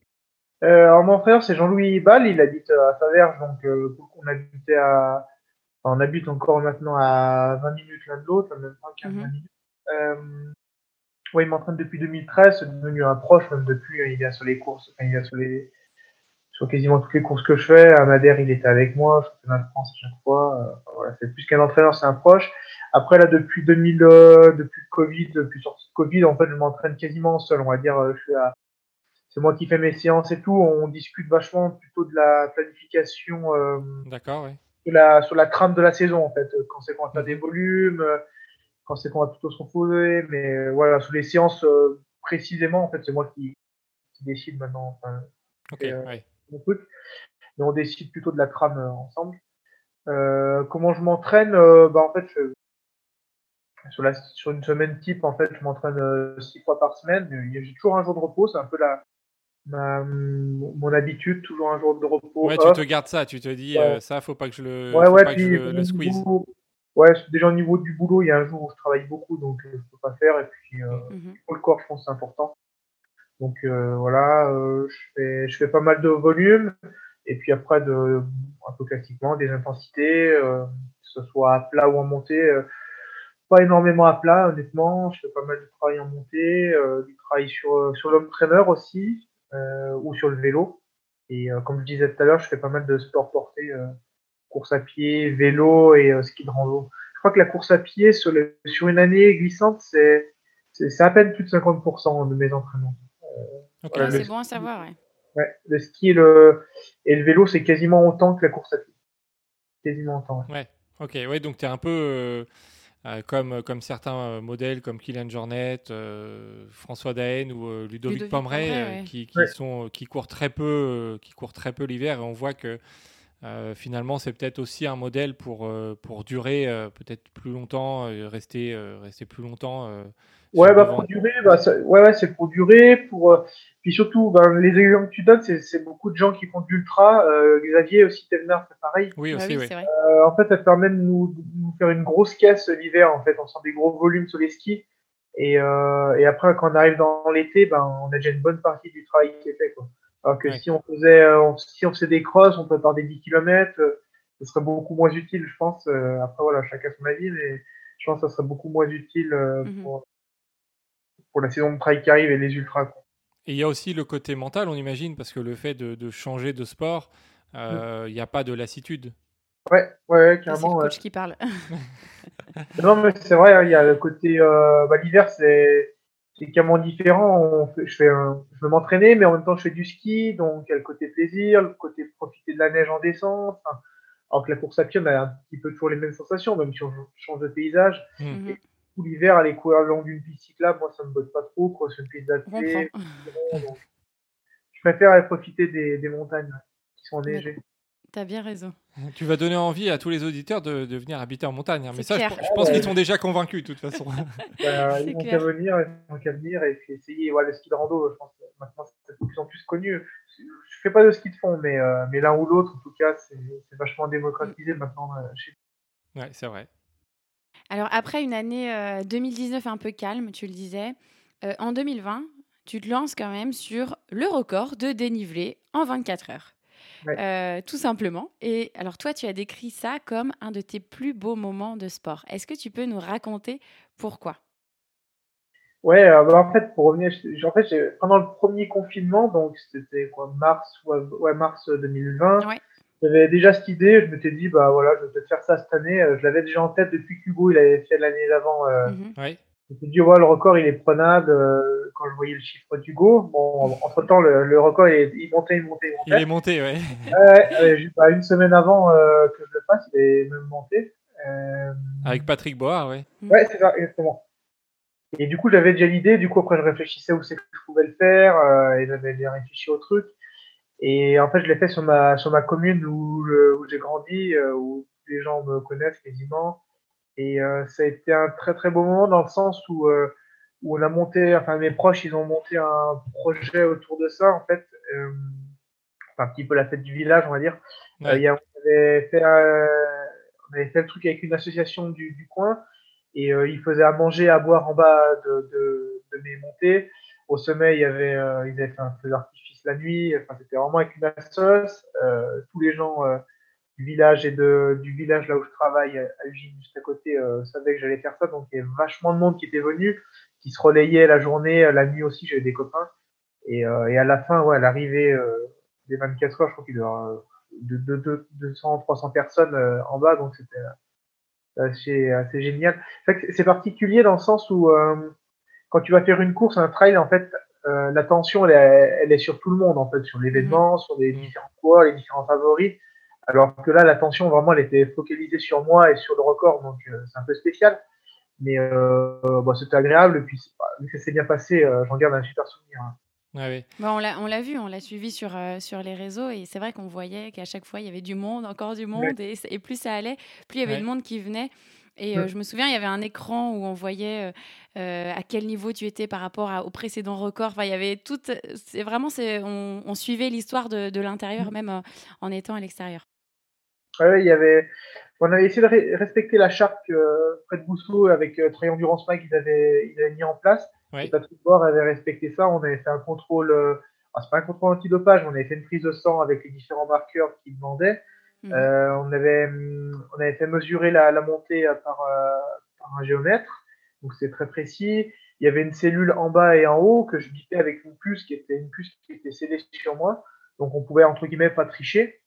Euh, alors mon frère, c'est Jean-Louis Ball, il habite à Faverges, donc euh, on habitait à, enfin, on habite encore maintenant à vingt minutes l'un de l'autre, même pas quinze vingt Mhm. minutes. Euh, ouais, il m'entraîne depuis deux mille treize, c'est devenu un proche, même depuis, il vient sur les courses, enfin, il vient sur les, sur quasiment toutes les courses que je fais. À Madère, il était avec moi, championnat de France à chaque fois. Euh, enfin, voilà, c'est plus qu'un entraîneur, c'est un proche. Après, là, depuis deux mille, euh, depuis le Covid, depuis sortie de Covid, en fait, je m'entraîne quasiment seul, on va dire, euh, je suis à, c'est moi qui fais mes séances et tout. On discute vachement plutôt de la planification, euh, D'accord, ouais. sur la, sur la trame de la saison, en fait. Quand c'est qu'on va faire des Mhm. volumes, euh, quand c'est qu'on va plutôt se reposer, mais euh, voilà, sur les séances, euh, précisément, en fait, c'est moi qui, qui décide maintenant. Enfin, Ok, c'est, euh, ouais. mon truc. Mais on décide plutôt de la trame euh, ensemble. Euh, comment je m'entraîne euh, bah, en fait, je, sur, la, sur une semaine type, en fait, je m'entraîne euh, six fois par semaine. J'ai toujours un jour de repos, c'est un peu la, ma, mon habitude, toujours un jour de repos Ouais, tu te off. gardes ça, tu te dis Ouais, euh, ça, faut pas que je le, ouais, faut ouais, pas que je puis le, au le squeeze. niveau, ouais, déjà au niveau du boulot, il y a un jour où je travaille beaucoup, donc euh, je peux pas faire. Et puis euh, Mm. Mhm. pour le corps, je pense que c'est important. Donc euh, voilà, euh, je fais, je fais pas mal de volume. Et puis après, de, un peu classiquement, des intensités, euh, que ce soit à plat ou en montée. Euh, pas énormément à plat, honnêtement. Je fais pas mal de travail en montée, euh, du travail sur, euh, sur l'homme traîneur aussi, euh, ou sur le vélo. Et euh, comme je disais tout à l'heure, je fais pas mal de sport porté, euh, course à pied, vélo et euh, ski de rando. Je crois que la course à pied sur, le, sur une année glissante, c'est, c'est, c'est à peine plus de cinquante pour cent de mes entraînements. Ok, Voilà, Ah, le, c'est ouais. bon à savoir, ouais. ouais, le ski et le, et le vélo, c'est quasiment autant que la course à pied. Quasiment autant, ouais. Ouais. Ok, ouais, donc tu es un peu euh, euh, comme, comme certains euh, modèles comme Kylian Jornet, euh, François Daen ou euh, Ludovic Ludovic Pomeray Pomeray, euh, ouais. qui, qui Ouais. sont, qui courent très peu, euh, qui courent très peu l'hiver et on voit que euh, finalement c'est peut-être aussi un modèle pour, euh, pour durer euh, peut-être plus longtemps, euh, rester, euh, rester plus longtemps euh, sur Ouais, le bah pour devant. durer, bah ça- ouais, ouais, c'est pour durer, pour euh, puis surtout, ben les exemples que tu donnes, c'est c'est beaucoup de gens qui font de l'ultra. Euh, Xavier aussi, Thévenard, c'est pareil. Oui, Bah aussi, oui, oui. c'est vrai. Euh, en fait, ça te permet de nous, de nous faire une grosse caisse l'hiver. En fait, on sent des gros volumes sur les skis, et euh, et après, quand on arrive dans l'été, ben on a déjà une bonne partie du travail qui est fait, quoi. Alors que Ouais. si on faisait, euh, on- si on faisait des crosses, on prépare des dix kilomètres, euh, ce serait beaucoup moins utile, je pense. Euh, après, voilà, chacun son avis, mais je pense que ça serait beaucoup moins utile euh, Mhm. pour pour la saison de trail qui arrive et les ultras, quoi. Et il y a aussi le côté mental, on imagine, parce que le fait de, de changer de sport, Mm. euh, il n'y a pas de lassitude. Ouais, ouais, ouais, Là, c'est le carrément, ouais. coach qui parle. Non, mais c'est vrai, hein, il y a le côté, euh, bah, l'hiver, c'est, c'est qu'à mon différent, on fait, je fais un, je veux m'entraîner, mais en même temps, je fais du ski, donc il y a le côté plaisir, le côté profiter de la neige en descente. Enfin, alors que la course à pied, on a un petit peu toujours les mêmes sensations, même si on change de paysage. Mm. Mhm. Et tout l'hiver, aller courir le long d'une piste cyclable, moi, ça me botte pas trop, quoi, sur une piste On comprend. d'athlée. Donc, je préfère profiter des, des montagnes qui sont Mais enneigées. t'as bien raison. Tu vas donner envie à tous les auditeurs de, de venir habiter en montagne. hein. Mais C'est ça, je, clair. je pense qu'ils sont déjà convaincus, de toute façon. Bah, C'est ils n'ont clair. qu'à venir, ils n'ont qu'à venir et puis essayer. Ouais, le ski de rando, je pense que maintenant c'est de plus en plus connu. Je fais pas de ski de fond, mais, euh, mais l'un ou l'autre, en tout cas, c'est c'est vachement démocratisé maintenant. euh, chez Ouais, c'est vrai. Alors, après une année euh, deux mille dix-neuf un peu calme, tu le disais, euh, en deux mille vingt, tu te lances quand même sur le record de dénivelé en vingt-quatre heures. Ouais. Euh, tout simplement. Et alors, toi, tu as décrit ça comme un de tes plus beaux moments de sport. Est-ce que tu peux nous raconter pourquoi? Ouais, euh, bah, en fait, pour revenir, j'ai- en fait, j'ai- pendant le premier confinement, donc c'était quoi, mars, ouais, ouais, mars deux mille vingt, Ouais. j'avais déjà cette idée, je m'étais dit, bah voilà, je vais peut-être faire ça cette année. Euh, Je l'avais déjà en tête depuis qu'Hugo, il avait fait l'année d'avant. Euh, Mhm. Ouais. je me suis dit, ouais, le record, il est prenable. Euh, quand je voyais le chiffre d'Hugo, bon, entre-temps, le, le record, il, il montait, il montait, il Il montait. est monté, ouais. Ouais, ouais, juste, bah, une semaine avant euh, que je le fasse, il est même monté. Euh, Avec Patrick Board, ouais. ouais, c'est ça, exactement. Et du coup, j'avais déjà l'idée. Du coup, après, je réfléchissais où c'est que je pouvais le faire, euh, et j'avais bien réfléchi au truc. Et en fait, je l'ai fait sur ma sur ma commune où, le- où j'ai grandi, euh, où les gens me connaissent quasiment. Et euh, ça a été un très très beau moment dans le sens où euh, où on a monté, enfin mes proches, ils ont monté un projet autour de ça. En fait, euh, enfin, un petit peu la fête du village, on va dire. Euh, Ouais. il y a, on avait fait euh, on avait fait le truc avec une association du, du coin et euh, ils faisaient à manger, à boire en bas de, de, de mes montées. Au sommet, il y avait, euh, ils avaient fait un feu d'artifice la nuit. Enfin, c'était vraiment avec une assoce. Euh, tous les gens euh, du village et de, du village là où je travaille, à Ugine, juste à côté, euh, savaient que j'allais faire ça. Donc, il y avait vachement de monde qui était venu, qui se relayait la journée, la nuit aussi. J'avais des copains. Et, euh, et à la fin, ouais, à l'arrivée euh, des vingt-quatre heures, je crois qu'il y a de, de, de deux cents, trois cents personnes euh, en bas. Donc, c'était assez, assez génial. C'est, c'est particulier dans le sens où euh, quand tu vas faire une course, un trail, en fait, euh, l'attention, elle est, elle est sur tout le monde, en fait, sur l'événement, sur les Mhm. différents poids, les différents favoris. Alors que là, l'attention, vraiment, elle était focalisée sur moi et sur le record, donc euh, c'est un peu spécial. Mais euh, bon, c'était agréable, et puis c'est pas- vu que ça s'est bien passé, euh, j'en garde un super souvenir. hein. Ouais, ouais. Bon, on l'a, on l'a vu, on l'a suivi sur, euh, sur les réseaux et c'est vrai qu'on voyait qu'à chaque fois, il y avait du monde, encore du monde et, et plus ça allait, plus il y avait Ouais. de monde qui venait. Et euh, Mm. je me souviens, il y avait un écran où on voyait euh, euh, à quel niveau tu étais par rapport à- au précédent record. Enfin, il y avait tout. C'est vraiment, c'est, on, on suivait l'histoire de, de l'intérieur, même euh, en étant à l'extérieur. Ouais, il y avait, on avait essayé de ré- respecter la charte que Fred Bousseau avec euh, Trail Endurance Mag ils avaient, ils avaient mis en place. Et Ouais. Patrick Bohr avait respecté ça. On avait fait un contrôle, euh, ah, c'est pas un contrôle antidopage, on avait fait une prise de sang avec les différents marqueurs qu'ils demandaient. Mhm. Euh, on avait, hum, on avait fait mesurer la, la montée euh, par, euh, par un géomètre. Donc c'est très précis. Il y avait une cellule en bas et en haut que je bipais avec une puce qui était une puce qui était scellée sur moi. Donc on pouvait entre guillemets pas tricher.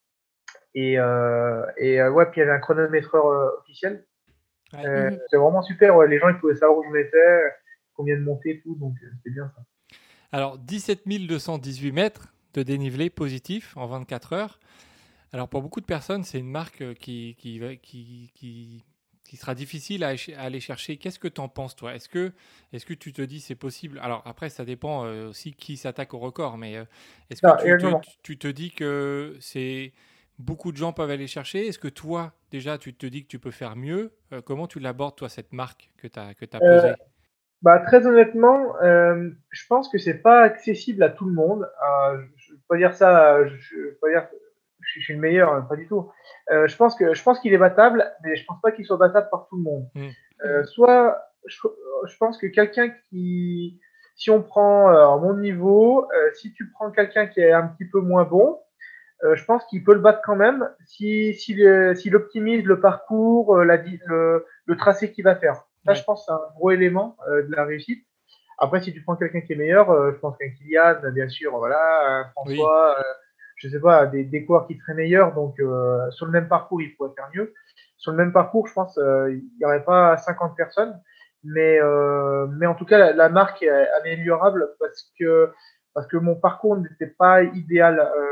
Et, euh, et euh, ouais, puis il y avait un chronométreur euh, officiel. Ouais. Euh, Mhm. C'était vraiment super. Ouais. Les gens ils pouvaient savoir où j'en étais, combien de montées et tout. Donc euh, c'était bien ça. Alors, dix-sept mille deux cent dix-huit mètres de dénivelé positif en vingt-quatre heures. Alors, pour beaucoup de personnes, c'est une marque euh, qui, qui, va- qui, qui, qui sera difficile à, éche- à aller chercher. Qu'est-ce que tu en penses, toi? Est-ce que, est-ce que tu te dis c'est possible? Alors, après, ça dépend euh, aussi qui s'attaque au record, mais euh, est-ce que Non, tu te, exactement. tu te dis que c'est beaucoup de gens peuvent aller chercher? Est-ce que toi, déjà, tu te dis que tu peux faire mieux? Euh, comment tu l'abordes, toi, cette marque que tu as, que tu as Euh, posée? Bah, très honnêtement, euh, je pense que c'est pas accessible à tout le monde. Euh, je ne veux pas dire ça, je, je veux pas dire que je suis je suis le meilleur, hein, pas du tout. Euh, je pense que je pense qu'il est battable, mais je pense pas qu'il soit battable par tout le monde. Hmm. Euh, Mhm. soit, je, je pense que quelqu'un qui, si on prend euh, à mon niveau, euh, si tu prends quelqu'un qui est un petit peu moins bon, euh, je pense qu'il peut le battre quand même si s'il si s'il optimise le parcours, euh, la, di- le, le tracé qu'il va faire. Ça, je Ouais. pense, c'est un gros élément euh, de la réussite. Après, si tu prends quelqu'un qui est meilleur, euh, je pense qu'un Kylian, bien sûr, voilà, un Oui. François, euh, je sais pas, des, des coureurs qui seraient meilleurs. Donc, euh, sur le même parcours, il pourrait faire mieux. Sur le même parcours, je pense, euh, il n'y aurait pas cinquante personnes. Mais, euh, mais en tout cas, la, la marque est améliorable parce que, parce que mon parcours n'était pas idéal. Euh,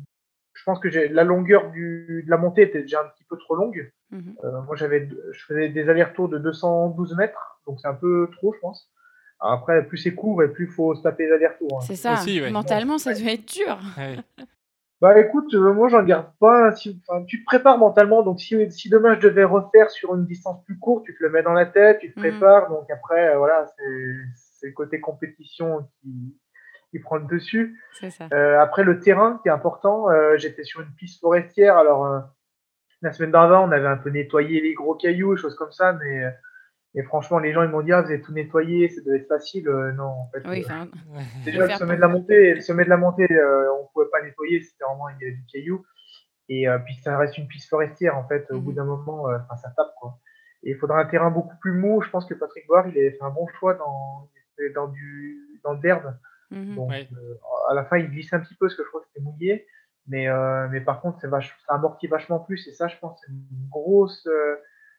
je pense que j'ai, la longueur du, de la montée était déjà un petit peu trop longue. Mhm. Euh, moi, j'avais, je faisais des allers-retours de deux cent douze mètres, donc c'est un peu trop, je pense. Après, plus c'est court et plus il faut se taper les allers-retours. Hein. C'est ça. Aussi, ouais. Mentalement, ça doit être dur. Ouais. Bah écoute, euh, moi j'en garde pas. Si, enfin, tu te prépares mentalement, donc si, si demain je devais refaire sur une distance plus courte, tu te le mets dans la tête, tu te Mhm. prépares. Donc après, euh, voilà, c'est, c'est le côté compétition qui, qui prend le dessus. C'est ça. Euh, après, le terrain qui est important, euh, j'étais sur une piste forestière. Alors, euh, la semaine d'avant, on avait un peu nettoyé les gros cailloux, choses comme ça, mais, mais franchement, les gens ils m'ont dit, ah, vous avez tout nettoyé, ça devait être facile. Euh, non, en fait. Oui, euh, enfin, déjà, faut le faire sommet pour- de la montée, le sommet de la montée, euh, on pouvait pas nettoyer, c'était vraiment il y avait du caillou. Et euh, puis ça reste une piste forestière en fait. Au Mhm. bout d'un moment, euh, enfin, ça tape quoi. Et il faudra un terrain beaucoup plus mou. Je pense que Patrick Boire, il avait fait un bon choix dans dans du dans l'herbe. Mhm. Donc Ouais. euh, à la fin, il glisse un petit peu parce que je crois que c'était mouillé. Mais euh, mais par contre, c'est vach... ça amortit vachement plus. Et ça, je pense, c'est une grosse euh,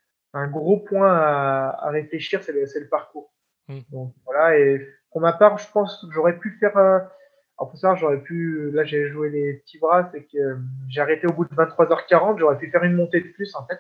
un gros point à, à réfléchir, c'est le, c'est le parcours. Mm. Donc voilà. Et pour ma part, je pense que j'aurais pu faire euh, alors pour ça, j'aurais pu. Là, j'ai joué les petits bras, c'est que euh, j'ai arrêté au bout de vingt-trois heures quarante. J'aurais pu faire une montée de plus, en fait.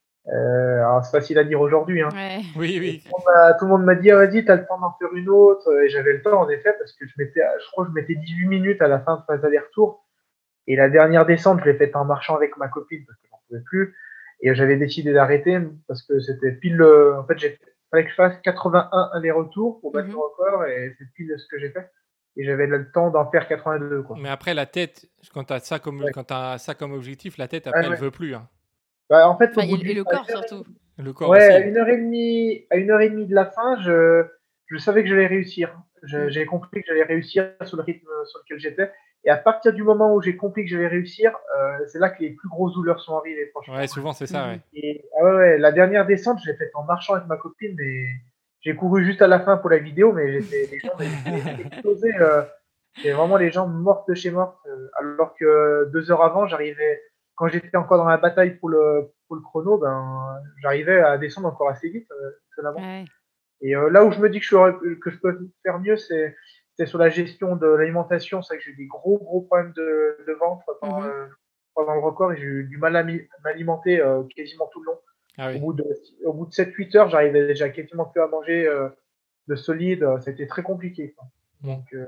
Euh, alors, c'est facile à dire aujourd'hui. Hein. Ouais. Oui, Et oui. tout, le monde m'a- tout le monde m'a dit, ah, vas-y, t'as le temps d'en faire une autre. Et j'avais le temps, en effet, parce que je mettais, je crois que je mettais dix-huit minutes à la fin de mes allers-retours. Et la dernière descente, je l'ai faite en marchant avec ma copine, parce que j'en pouvais plus. Et j'avais décidé d'arrêter, parce que c'était pile le, en fait, j'ai, fallait que je fasse quatre-vingt-un allers-retours pour battre Mhm. le record, et c'est pile ce que j'ai fait. Et j'avais le temps d'en faire quatre-vingt-deux, quoi. Mais après, la tête, quand tu as ça comme, Ouais. quand t'as ça comme objectif, la tête, après, Ouais, elle ouais. veut plus. Hein. Bah, en fait, Enfin, au bout et, et du, le à corps une heure et surtout. Le corps Ouais, à aussi. une heure et demie, à une heure et demie de la fin, je, je savais que j'allais réussir. Je- Mm. J'ai compris que j'allais réussir sur le rythme sur lequel j'étais. Et à partir du moment où j'ai compris que j'allais réussir, euh, c'est là que les plus grosses douleurs sont arrivées, franchement. Ouais, souvent, c'est ça, Mhm. ouais. Et ah ouais, ouais, la dernière descente, je l'ai faite en marchant avec ma copine, mais j'ai couru juste à la fin pour la vidéo, mais j'étais, les gens m'étaient explosés. Euh, j'ai vraiment les gens mortes de chez mortes. euh, alors que euh, deux heures avant, j'arrivais, quand j'étais encore dans la bataille pour le, pour le chrono, ben, j'arrivais à descendre encore assez vite, euh, étonnamment. Ouais. Et euh, là où je me dis que je, suis- que je peux faire mieux, c'est, c'est sur la gestion de l'alimentation. C'est vrai que j'ai eu des gros, gros problèmes de, de ventre pendant, Mhm. le, pendant le record et j'ai eu du mal à m'y- m'alimenter euh, quasiment tout le long. Ah Au oui. bout de, au bout de sept huit heures, j'arrivais déjà quasiment plus à manger euh, de solide. euh, C'était très compliqué, quoi. Mm. Donc, euh,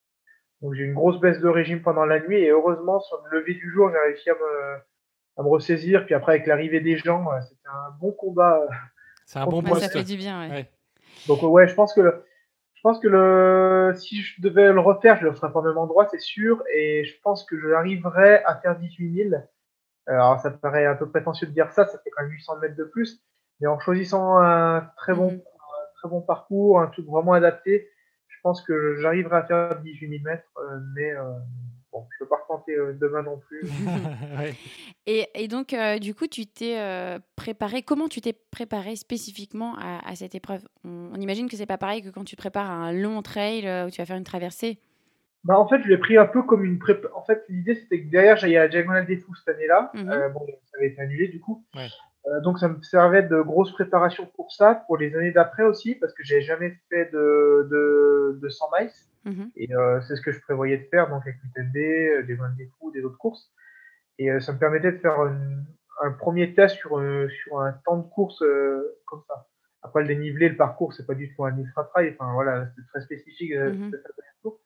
donc j'ai eu une grosse baisse de régime pendant la nuit et heureusement, sur le lever du jour, j'ai réussi à me, à me ressaisir. Puis après, avec l'arrivée des gens, euh, c'était un bon combat euh, C'est un bon contre Ouais, ça boost. fait du bien, ouais. Ouais. Donc ouais, je pense que le, je pense que le, si je devais le refaire, je le ferais pas au même endroit, c'est sûr, et je pense que j'arriverais à faire dix-huit mille. Alors ça paraît un peu prétentieux de dire ça, ça fait quand même huit cents mètres de plus, mais en choisissant un très bon, Mhm. un très bon parcours, un truc vraiment adapté, je pense que j'arriverai à faire dix-huit mille mètres, euh, mais euh, bon, je peux pas retenter euh, demain non plus. Ouais. Et, et donc, euh, du coup, tu t'es euh, préparé. Comment tu t'es préparé spécifiquement à, à cette épreuve? on, on imagine que c'est pas pareil que quand tu te prépares à un long trail euh, où tu vas faire une traversée. Bah, en fait, je l'ai pris un peu comme une prépa. En fait, l'idée, c'était que derrière, j'allais à la Diagonale des Fous cette année-là. Mhm. Euh, bon, ça avait été annulé, du coup. Ouais. Euh, donc, ça me servait de grosse préparation pour ça, pour les années d'après aussi, parce que j'ai jamais fait de, de, de cent miles. Mhm. Et euh, c'est ce que je prévoyais de faire, donc avec l'U T M B, euh, des Diagonales des Fous, des autres courses. Et euh, ça me permettait de faire une- un premier test sur, euh, sur un temps de course euh, comme ça. Après, le dénivelé, le parcours, c'est pas du tout un ultra trail. Enfin, voilà, c'est très spécifique euh, Mhm. de faire des courses.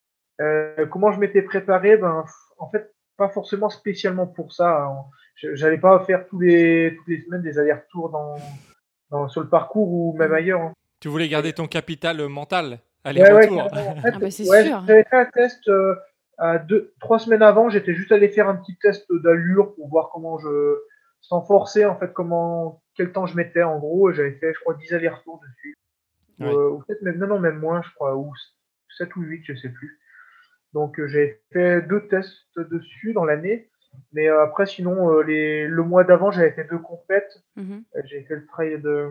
Euh, comment je m'étais préparé? Ben, en fait, pas forcément spécialement pour ça. hein. Je- J'allais pas faire tous les toutes les semaines des allers-retours dans, dans sur le parcours ou même Mhm. ailleurs. hein. Tu voulais garder ton capital euh, mental, Ouais, ouais, aller-retour. carrément. En fait, Ah bah, c'est ouais, sûr. j'avais fait un test euh, à deux, trois semaines avant. J'étais juste allé faire un petit test d'allure pour voir comment je, sans forcer en fait, comment quel temps je mettais en gros. Et j'avais fait, je crois, dix allers-retours dessus, ou, Ouais. euh, ou peut-être même non, non, même moins, je crois, ou sept ou huit, je sais plus. Donc euh, j'ai fait deux tests dessus dans l'année. Mais euh, après, sinon, euh, les, le mois d'avant, j'avais fait deux compètes. Mhm. Euh, J'ai fait le trail de,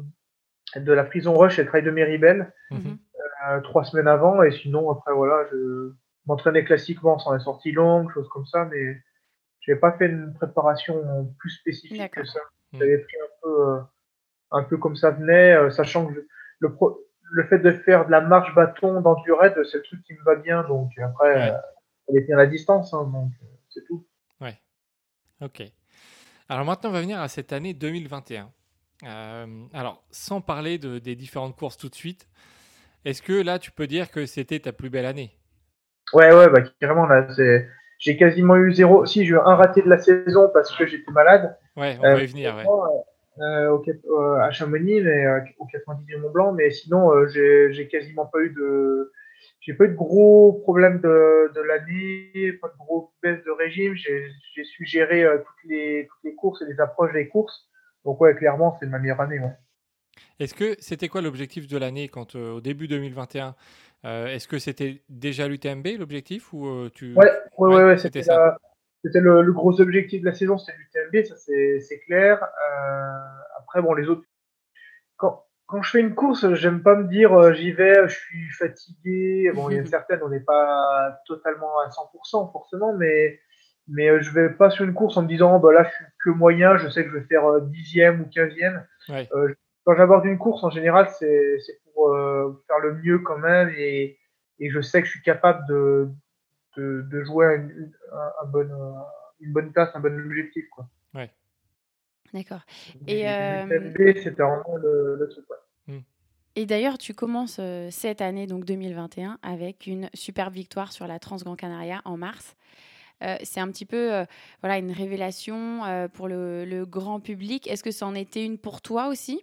de la Prison Rush et le trail de Méribel Mhm. euh, trois semaines avant. Et sinon, après, voilà, je m'entraînais classiquement sans les sorties longues, choses comme ça. Mais j'avais pas fait une préparation plus spécifique que D'accord. ça. Mm. J'avais pris un peu, euh, un peu comme ça venait, euh, sachant que je- le, pro- le fait de faire de la marche bâton dans du raid, c'est le truc qui me va bien. Donc après, Ouais, euh, elle est bien à la distance, hein, donc euh, c'est tout. ouais, ok. Alors maintenant, on va venir à cette année deux mille vingt et un. Euh, alors, sans parler de- des différentes courses tout de suite, est-ce que là, tu peux dire que c'était ta plus belle année? Ouais, ouais, bah carrément là, c'est, j'ai quasiment eu zéro. Si, j'ai eu un raté de la saison parce que j'étais malade. Ouais, on Euh, va y venir, ouais. moi, euh, au, Cap- euh, à Chamonix, mais euh, au quatre-vingt-dix du Mont Blanc, mais sinon, euh, j'ai, j'ai quasiment pas eu de, j'ai pas eu de gros problèmes de, de l'année, pas de gros baisses de régime. J'ai, j'ai su gérer euh, toutes les, toutes les courses et les approches des courses. Donc ouais, clairement, c'est ma meilleure année. Ouais. Est-ce que c'était quoi l'objectif de l'année quand euh, au début deux mille vingt et un, euh, est-ce que c'était déjà l'U T M B l'objectif ou euh, tu... Ouais, ouais, ouais, Ouais, ouais, c'était c'était ça. la, c'était le, le gros objectif de la saison, c'était l'U T M B, ça c'est, c'est clair. Euh, après, bon, les autres, quand, quand je fais une course, j'aime pas me dire euh, j'y vais, je suis fatigué. Bon, il y a certaines, on n'est pas totalement à cent pour cent forcément, mais mais euh, je vais pas sur une course en me disant bah là je suis que moyen, je sais que je vais faire euh, dixième ou quinzième. Ouais, Euh, quand j'aborde une course en général, c'est c'est pour euh, faire le mieux quand même et et je sais que je suis capable de de, de jouer une, une, un, un bon, euh, une bonne place, un bon objectif quoi. ouais. D'accord. Et, euh, L'U T M B, c'était vraiment le, le truc. Ouais. Hmm. et d'ailleurs, tu commences euh, cette année, donc deux mille vingt et un, avec une superbe victoire sur la Trans-Gran Canaria en mars. Euh, c'est un petit peu euh, voilà, une révélation euh, pour le, le grand public. Est-ce que ça en était une pour toi aussi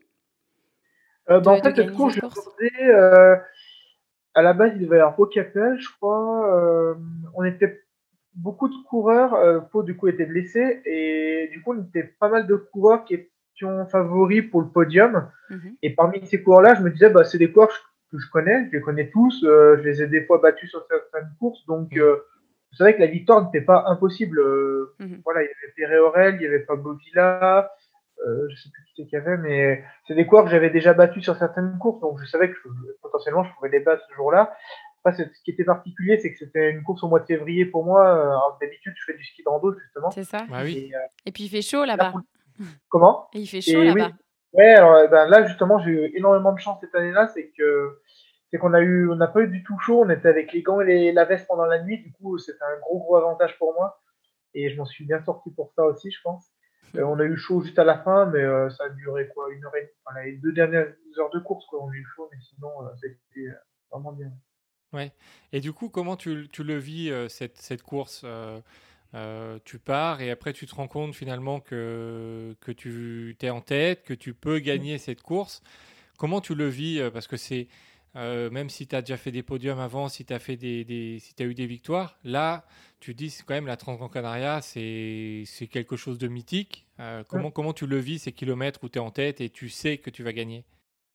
Euh, bah, de, en de fait, cette gagner course, cette je course? l'ai abordée, euh, à la base, il devait y avoir Pau-Capel, je crois. Euh, on était beaucoup de coureurs. Euh, Pau, du coup, était blessé. Et du coup, on était pas mal de coureurs qui étaient favoris pour le podium. Mhm. Et parmi ces coureurs-là, je me disais, bah, c'est des coureurs que je connais, je les connais tous. Euh, je les ai des fois battus sur certaines courses. Donc, Hmm. euh, je savais que la victoire n'était pas impossible. Euh, Mhm. voilà, il y avait Perret Aurel, il y avait Pablo Villa. Euh, je sais plus qui c'est qu'il y avait, mais c'est des coureurs que j'avais déjà battus sur certaines courses, donc je savais que je, potentiellement je pouvais les battre ce jour-là. Après, ce qui était particulier, c'est que c'était une course au mois de février pour moi. Alors, d'habitude, je fais du ski de rando, justement. C'est ça. Bah oui. Et euh, Et puis il fait chaud là, là-bas. pour... Comment Et il fait chaud Et oui, là-bas. ouais, alors euh, ben, là, justement, j'ai eu énormément de chance cette année-là, c'est que c'est qu'on a eu, on n'a pas eu du tout chaud, on était avec les gants et les, la veste pendant la nuit, du coup, c'était un gros, gros avantage pour moi. Et je m'en suis bien sorti pour ça aussi, je pense. Euh, on a eu chaud juste à la fin, mais euh, ça a duré quoi, une heure et demie. Enfin, les deux dernières heures de course, quoi, on a eu chaud, mais sinon, euh, c'était euh, vraiment bien. Ouais. Et du coup, comment tu, tu le vis, euh, cette, cette course euh, euh, tu pars et après tu te rends compte finalement que, que tu es en tête, que tu peux gagner cette course. Comment tu le vis euh, Parce que c'est, euh, même si tu as déjà fait des podiums avant, si tu as fait des, des, si t'as eu des victoires, là, tu te dis c'est quand même la Trans-Gran Canaria, c'est, c'est quelque chose de mythique. Euh, comment, comment tu le vis ces kilomètres où tu es en tête et tu sais que tu vas gagner?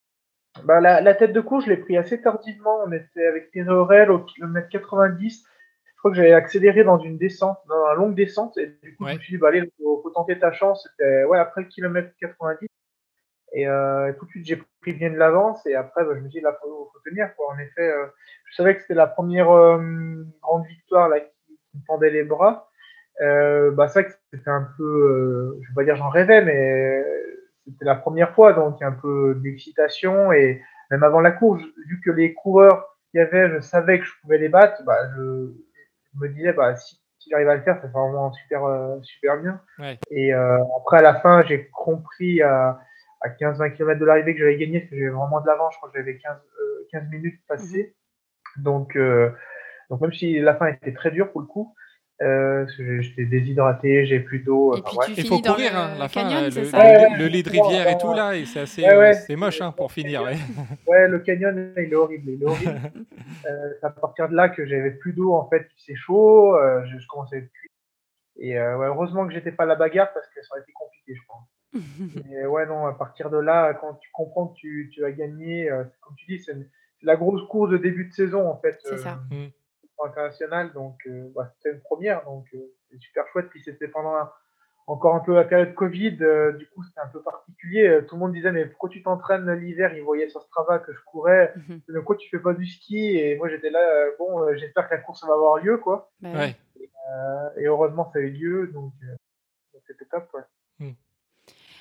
Bah, la, la tête de course, je l'ai pris assez tardivement. On était avec Thierry Aurel au kilomètre quatre-vingt-dix. Je crois que j'avais accéléré dans une descente, dans une longue descente, et du coup, je me Ouais, suis dit, bah, allez, faut, faut tenter ta chance. C'était, ouais, après le kilomètre quatre-vingt-dix. Et euh, tout de suite, j'ai pris bien de l'avance. Et après, bah, je me dis, là, faut, faut tenir, quoi. En effet, euh, je savais que c'était la première euh, grande victoire là, qui, qui me tendait les bras. Euh, bah, c'est vrai que c'était un peu, euh, je vais pas dire j'en rêvais, mais c'était la première fois, donc il y a un peu d'excitation. Et même avant la course, vu que les coureurs qu'il y avait, je savais que je pouvais les battre, bah, je, je me disais, bah, si, si j'arrive à le faire, ça sera vraiment super, euh, super bien. ouais. Et euh, après, à la fin, j'ai compris à, à quinze vingt kilomètres de l'arrivée que j'allais gagner, parce que j'avais vraiment de l'avance. Je crois que j'avais quinze, euh, quinze minutes Mhm. passées. Donc, euh, donc même si la fin était très dure pour le coup, euh, parce que j'étais déshydraté, j'ai plus d'eau, Et enfin puis bref. tu Il faut finis dans courir, hein, le la fin, là, canyon, c'est le, ça? le, Ouais, lit- ouais, le lit de justement, rivière et tout, dans- là, et c'est assez, ouais, euh, ouais, c'est moche hein, pour finir. Ouais. ouais, le canyon, il est horrible, il est horrible. Euh, c'est à partir de là que j'avais plus d'eau, en fait, c'est chaud, euh, je, je commençais à être cuit. Et euh, ouais, heureusement que j'étais pas à la bagarre parce que ça aurait été compliqué, je pense. Mais ouais, non, à partir de là, quand tu comprends que tu, tu as gagné, euh, comme tu dis, c'est une- c'est la grosse course de début de saison, en fait, C'est euh, ça. Mm. international, donc euh, bah, c'était une première, donc euh, c'est super chouette. Puis c'était pendant un- encore un peu la période Covid, euh, du coup c'était un peu particulier. Euh, Tout le monde disait mais pourquoi tu t'entraînes l'hiver? Ils voyaient sur Strava que je courais. Mhm. Mais pourquoi tu fais pas du ski? Et moi j'étais là, euh, bon, euh, j'espère que la course va avoir lieu, quoi. Bah oui. Ouais. Euh, et heureusement ça a eu lieu, donc euh, donc c'était top, quoi. Mm.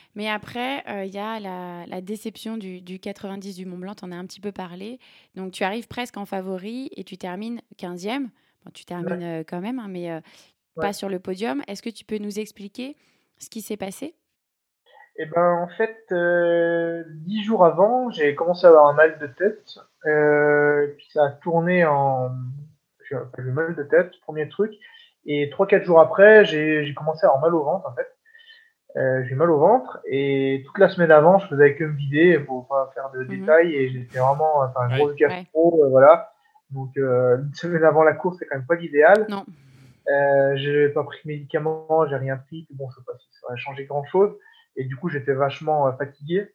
Mais après, euh, il y a la, la déception du, du quatre-vingt-dix du Mont Blanc, tu en as un petit peu parlé. Donc, tu arrives presque en favori et tu termines quinzième. Bon, tu termines Ouais, euh, quand même, hein, mais euh, ouais. pas sur le podium. Est-ce que tu peux nous expliquer ce qui s'est passé? Et ben, en fait, euh, dix jours avant, j'ai commencé à avoir un mal de tête. Euh, puis ça a tourné en... J'ai enfin, j'ai eu mal de tête, premier truc. Et trois quatre jours après, j'ai j'ai commencé à avoir mal au ventre, en fait. Euh, j'ai mal au ventre. Et toute la semaine avant, je faisais que me vider, pour pas faire de Mhm. détails. Et j'étais vraiment... Enfin, Ouais. grosse Ouais, gastro, euh, voilà. Donc, euh, une semaine avant la course, c'est quand même pas l'idéal. non. Euh, j'ai pas pris de médicaments, j'ai rien pris. Puis bon, je sais pas si ça aurait changé grand-chose. Et du coup, j'étais vachement euh, fatigué.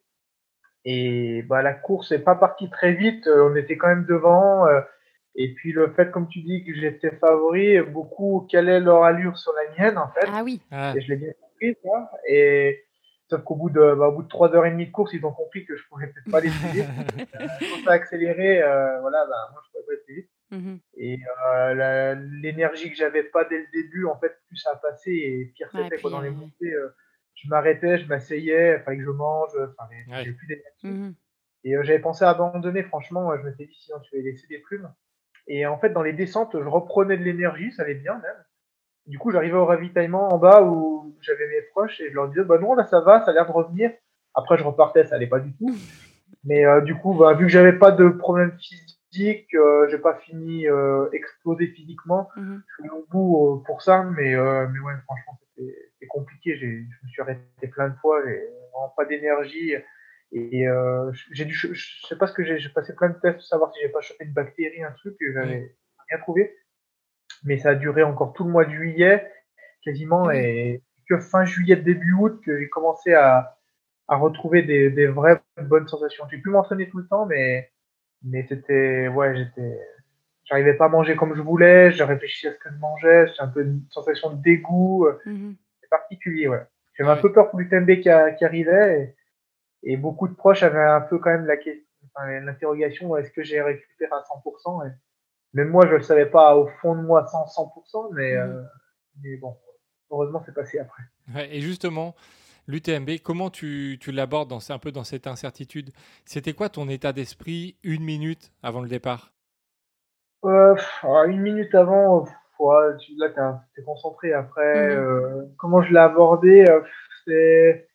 Et bah, la course n'est pas partie très vite. euh, On était quand même devant. euh, Et puis le fait, comme tu dis, que j'étais favori, beaucoup quelle est leur allure sur la mienne, en fait. Ah oui. Ah, Et je l'ai bien compris, ça. Et sauf qu'au bout de, bah, au bout de trois heures et demie de course, ils ont compris que je pourrais peut-être pas aller plus vite. Quand ça a accéléré, euh, voilà, bah, moi, je pourrais pas aller plus vite. Mhm. Et euh, la- l'énergie que j'avais pas dès le début, en fait, plus ça a passé et pire Ouais, c'était, quoi. puis, Dans euh, les montées, euh, je m'arrêtais, je m'asseyais, il fallait que je mange, enfin, ouais. j'ai plus d'énergie. mhm. Et euh, j'avais pensé à abandonner, franchement, euh, je m'étais dit, sinon tu vas laisser des plumes. Et en fait, dans les descentes, je reprenais de l'énergie, ça allait bien même. Du coup, j'arrivais au ravitaillement en bas où j'avais mes proches et je leur disais, bah non, là ça va, ça a l'air de revenir. Après, je repartais, ça allait pas du tout. Mais euh, du coup, bah, vu que j'avais pas de problème physique, euh, j'ai pas fini euh, explosé physiquement. Mhm. Je suis allé au bout euh, pour ça, mais, euh, mais ouais, franchement, c'était c'était compliqué. J'ai, je me suis arrêté plein de fois, j'ai vraiment pas d'énergie. Et euh, j'ai dû, je, je sais pas ce que j'ai, j'ai passé plein de tests pour savoir si j'ai pas chopé une bactérie, un truc, que Mm. j'avais rien trouvé. Mais ça a duré encore tout le mois de juillet, Ah quasiment, oui. et que fin juillet, début août, que j'ai commencé à, à retrouver des, des vraies bonnes sensations. J'ai pu m'entraîner tout le temps, mais, mais c'était, ouais, j'étais, j'arrivais pas à manger comme je voulais, je réfléchissais à ce que je mangeais, j'ai un peu une sensation de dégoût, euh, Mhm. c'est particulier, ouais. J'avais Ah un ouais. peu peur pour l'U T M B qui, a- qui arrivait, et, et beaucoup de proches avaient un peu quand même la question, enfin, l'interrogation, est-ce que j'ai récupéré à cent pour cent? Et même moi, je le savais pas au fond de moi cent, cent pour cent, mais, Mhm. euh, mais bon, heureusement, c'est passé après. Ouais. Et justement, l'U T M B, comment tu, tu l'abordes dans, un peu dans cette incertitude? C'était quoi ton état d'esprit une minute avant le départ? Euh, pff, alors, une minute avant, euh, pff, ouais, tu, là, t'es, t'es concentré. Après, Mhm. euh, comment je l'ai abordé, euh, pff, c'est,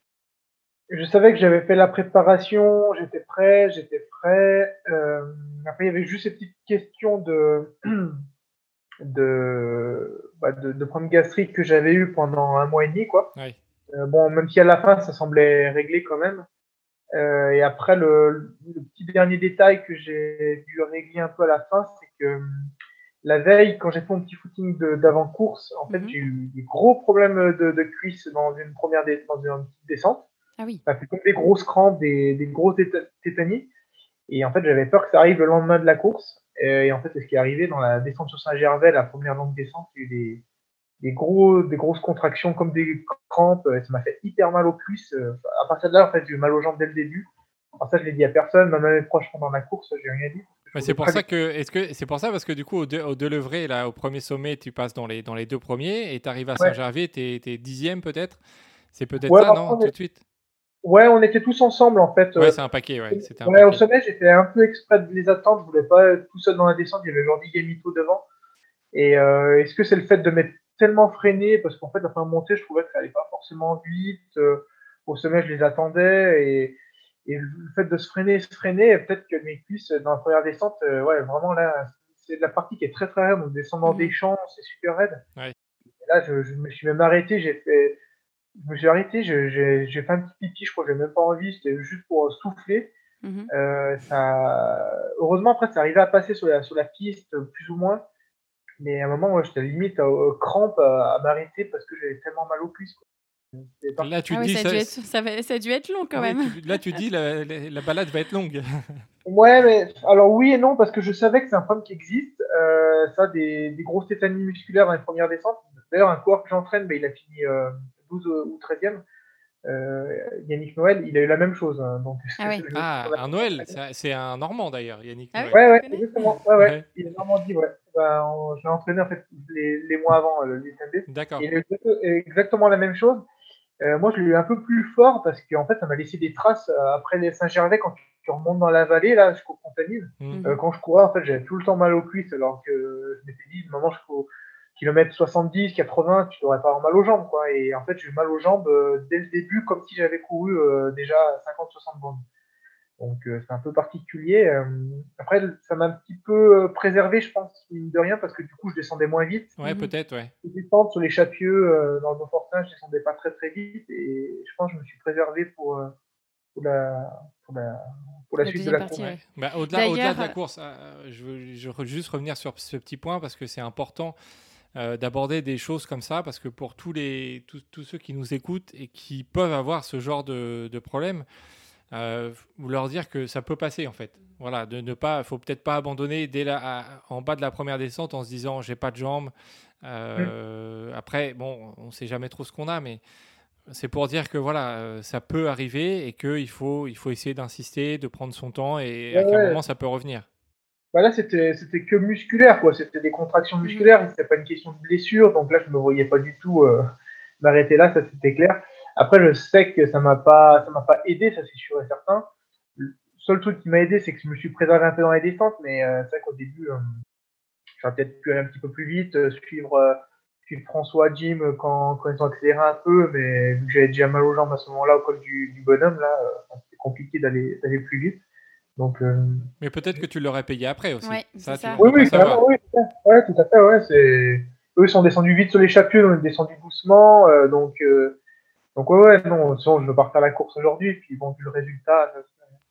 je savais que j'avais fait la préparation, j'étais prêt, j'étais prêt. Euh, après, il y avait juste ces petites questions de, de, bah, de, de problèmes gastriques que j'avais eu pendant un mois et demi, quoi. Ouais. Euh, bon, même si à la fin, ça semblait réglé quand même. Euh, et après, le, le petit dernier détail que j'ai dû régler un peu à la fin, c'est que la veille, quand j'ai fait mon petit footing de- d'avant-course, en fait, Mhm. j'ai eu des gros problèmes de, de cuisses dans une première dé- dans une petite descente. Ah oui. Ça fait comme des grosses crampes, des, des grosses téta- tétanies. Et en fait, j'avais peur que ça arrive le lendemain de la course. Et en fait, c'est ce qui est arrivé dans la descente sur Saint-Gervais, la première longue descente. Il y a eu des, des, gros, des grosses contractions comme des crampes. Ça m'a fait hyper mal aux cuisses. À partir de là, en fait, j'ai eu mal aux jambes dès le début. Alors ça, je l'ai dit à personne, même à mes proches pendant la course, j'ai rien dit. Je Mais c'est pouvais pour pas ça que, est-ce que c'est pour ça parce que du coup au, deux, au Delevray, là, au premier sommet, tu passes dans les, dans les deux premiers et tu arrives à Ouais, Saint-Gervais, t'es, t'es dixième peut-être. C'est peut-être ouais, ça, non, après, on tout est- de suite. ouais, on était tous ensemble en fait. Ouais, Euh, c'est un paquet, ouais, c'était un ouais, au paquet. sommet, j'ai fait un peu exprès de les attendre. Je voulais pas être tout seul dans la descente. Il y avait Jordi Gamito devant. Et euh, est-ce que c'est le fait de m'être tellement freiné parce qu'en fait, la fin de montée, je trouvais que ça allait pas forcément vite. Euh, au sommet, je les attendais et, et le fait de se freiner, se freiner, et peut-être que mes cuisses dans la première descente, euh, ouais, vraiment là, c'est de la partie qui est très très raide. Donc descendant des Mhm. champs, c'est super raide. Ouais. Et là, je, je me suis même arrêté. J'ai fait, je me suis arrêté. je- J'ai j'ai fait un petit pipi. Je crois que j'ai même pas envie. C'était juste pour souffler. Mhm. Euh, ça, heureusement après, ça arrivait à passer sur la sur la piste plus ou moins. Mais à un moment, ouais, j'étais limite euh, crampe à, à m'arrêter parce que j'avais tellement mal aux cuisses, quoi. C'était Là, parti. tu Ah te oui, dis ça a ça. dû être, ça va- ça a dû être long quand Oui, même. tu- là, tu te dis la, la, la balade va être longue. Ouais, mais alors oui et non, parce que je savais que c'est un problème qui existe. Euh, ça, des, des grosses tétanies musculaires dans les premières descentes. D'ailleurs, un coureur que j'entraîne, ben, il a fini euh, douze ou treizième. Euh, Yannick Noël, il a eu la même chose, hein, donc Ah ouais. je- Ah, on a un fait Noël, très bien. c'est c'est un Normand d'ailleurs, Yannick Ah oui, Noël. Ouais, tu ouais, connais? exactement. Ouais, ouais. Ouais, Il est Normandie, ouais. Ben, on- je l'ai entraîné en fait les, les mois avant euh, l'U T M B. d'accord. Et il a eu exactement la même chose. Euh, moi, je l'ai eu un peu plus fort parce qu'en fait, ça m'a laissé des traces euh, après les Saint-Gervais quand tu, tu remontes dans la vallée, là, jusqu'au Contamine. Mm. Euh, quand je courais, en fait, j'avais tout le temps mal aux cuisses alors que je m'étais dit, maman, je faut kilomètre soixante-dix, quatre-vingts, tu devrais pas avoir mal aux jambes, quoi. Et en fait, j'ai eu mal aux jambes euh, dès le début, comme si j'avais couru euh, déjà cinquante soixante bornes. Donc, euh, c'est un peu particulier. Euh, après, ça m'a un petit peu euh, préservé, je pense, mine de rien, parce que du coup, je descendais moins vite. Ouais, Mhm. peut-être, ouais. Les descentes sur les Chapieux, euh, dans le Beaufortin, je descendais pas très très vite et je pense que je me suis préservé pour, euh, pour, la, pour, la, pour la La suite de deuxième la partie, course. ouais. Bah, au-delà, au-delà de la D'ailleurs, course, euh, je veux, je veux juste revenir sur ce petit point parce que c'est important euh, d'aborder des choses comme ça parce que pour tous, les, tous, tous ceux qui nous écoutent et qui peuvent avoir ce genre de, de problème, euh, vous leur dire que ça peut passer en fait. Voilà, de ne pas, faut peut-être pas abandonner dès la, à- en bas de la première descente en se disant j'ai pas de jambes. Euh, Après, bon, on sait jamais trop ce qu'on a, mais c'est pour dire que voilà, euh, ça peut arriver et qu'il faut, il faut essayer d'insister, de prendre son temps et à Ouais, qu'un ouais. moment ça peut revenir. Bah là, c'était, c'était que musculaire, quoi. C'était des contractions Mhm. musculaires, c'était pas une question de blessure. Donc là, je me voyais pas du tout euh, m'arrêter là, ça c'était clair. Après, je sais que ça m'a pas, ça m'a pas aidé, ça c'est sûr et certain. Le seul truc qui m'a aidé, c'est que je me suis préservé un peu dans les descentes, mais euh, c'est vrai qu'au début, euh, j'aurais peut-être pu aller un petit peu plus vite, euh, suivre, euh, suivre François, Jim euh, quand, quand ils ont accéléré un peu, mais vu que j'avais déjà mal aux jambes à ce moment-là au col du, du bonhomme, là, euh, c'était compliqué d'aller, d'aller plus vite. Donc, euh, Mais peut-être que tu l'aurais payé après aussi. ouais, Ça, c'est tu ne ça. oui, peux pas oui, savoir. carrément, oui. tout à fait. Ouais, tout à fait, ouais. C'est... Eux sont descendus vite sur les Chapieux, on est descendu doucement, euh, donc, euh, donc ouais, ouais, non, sinon je veux pas refaire la course aujourd'hui, puis bon, vu le résultat, ça,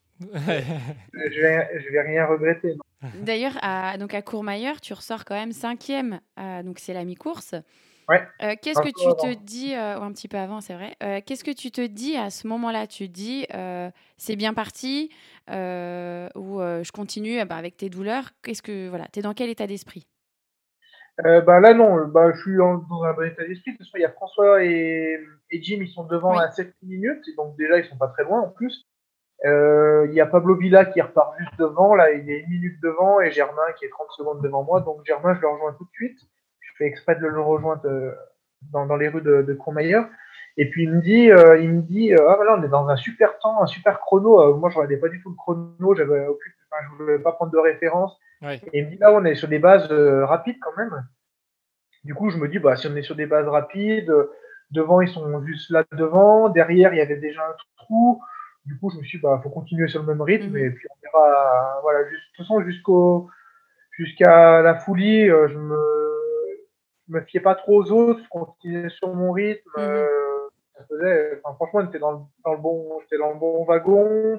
je vais, je vais rien regretter. Non. D'ailleurs, à, donc à Courmayeur, tu ressors quand même cinquième, euh, donc c'est la mi-course. Ouais, Euh, qu'est-ce un que peu tu te avant. dis, euh, ou un petit peu avant, c'est vrai, euh, qu'est-ce que tu te dis à ce moment-là? Tu te dis, euh, c'est bien parti, euh, ou euh, je continue euh, bah, avec tes douleurs. Qu'est-ce que, voilà, t'es dans quel état d'esprit? Euh, bah là, non, euh, bah, je suis en- dans un bon état d'esprit. De toute façon, il y a François et, et Jim, ils sont devant Oui. à sept minutes, et donc déjà, ils sont pas très loin en plus. Euh, Il y a Pablo Villa qui repart juste devant, là, il est une minute devant, et Germain qui est trente secondes devant moi. Donc Germain, je le rejoins tout de suite. Je fais exprès de le rejoindre euh, dans, dans les rues de, de Courmayeur. Et puis il me dit, euh, il me dit, euh, ah voilà, on est dans un super temps, un super chrono. Euh, moi, je regardais pas du tout le chrono, j'avais aucune, enfin, je voulais pas prendre de référence. Ouais. Et il me dit, là, on est sur des bases euh, rapides quand même. Du coup, je me dis, bah, si on est sur des bases rapides, euh, devant, ils sont juste là devant, derrière, il y avait déjà un trou. Du coup, je me suis dit, bah, faut continuer sur le même rythme, Mhm. et puis on verra, voilà, juste, de toute façon, jusqu'au, jusqu'à la Foulie, euh, je me, je me fiais pas trop aux autres, je continuais sur mon rythme, Mhm. euh, ça faisait, enfin, franchement, on était dans le, dans le bon, j'étais dans le bon wagon,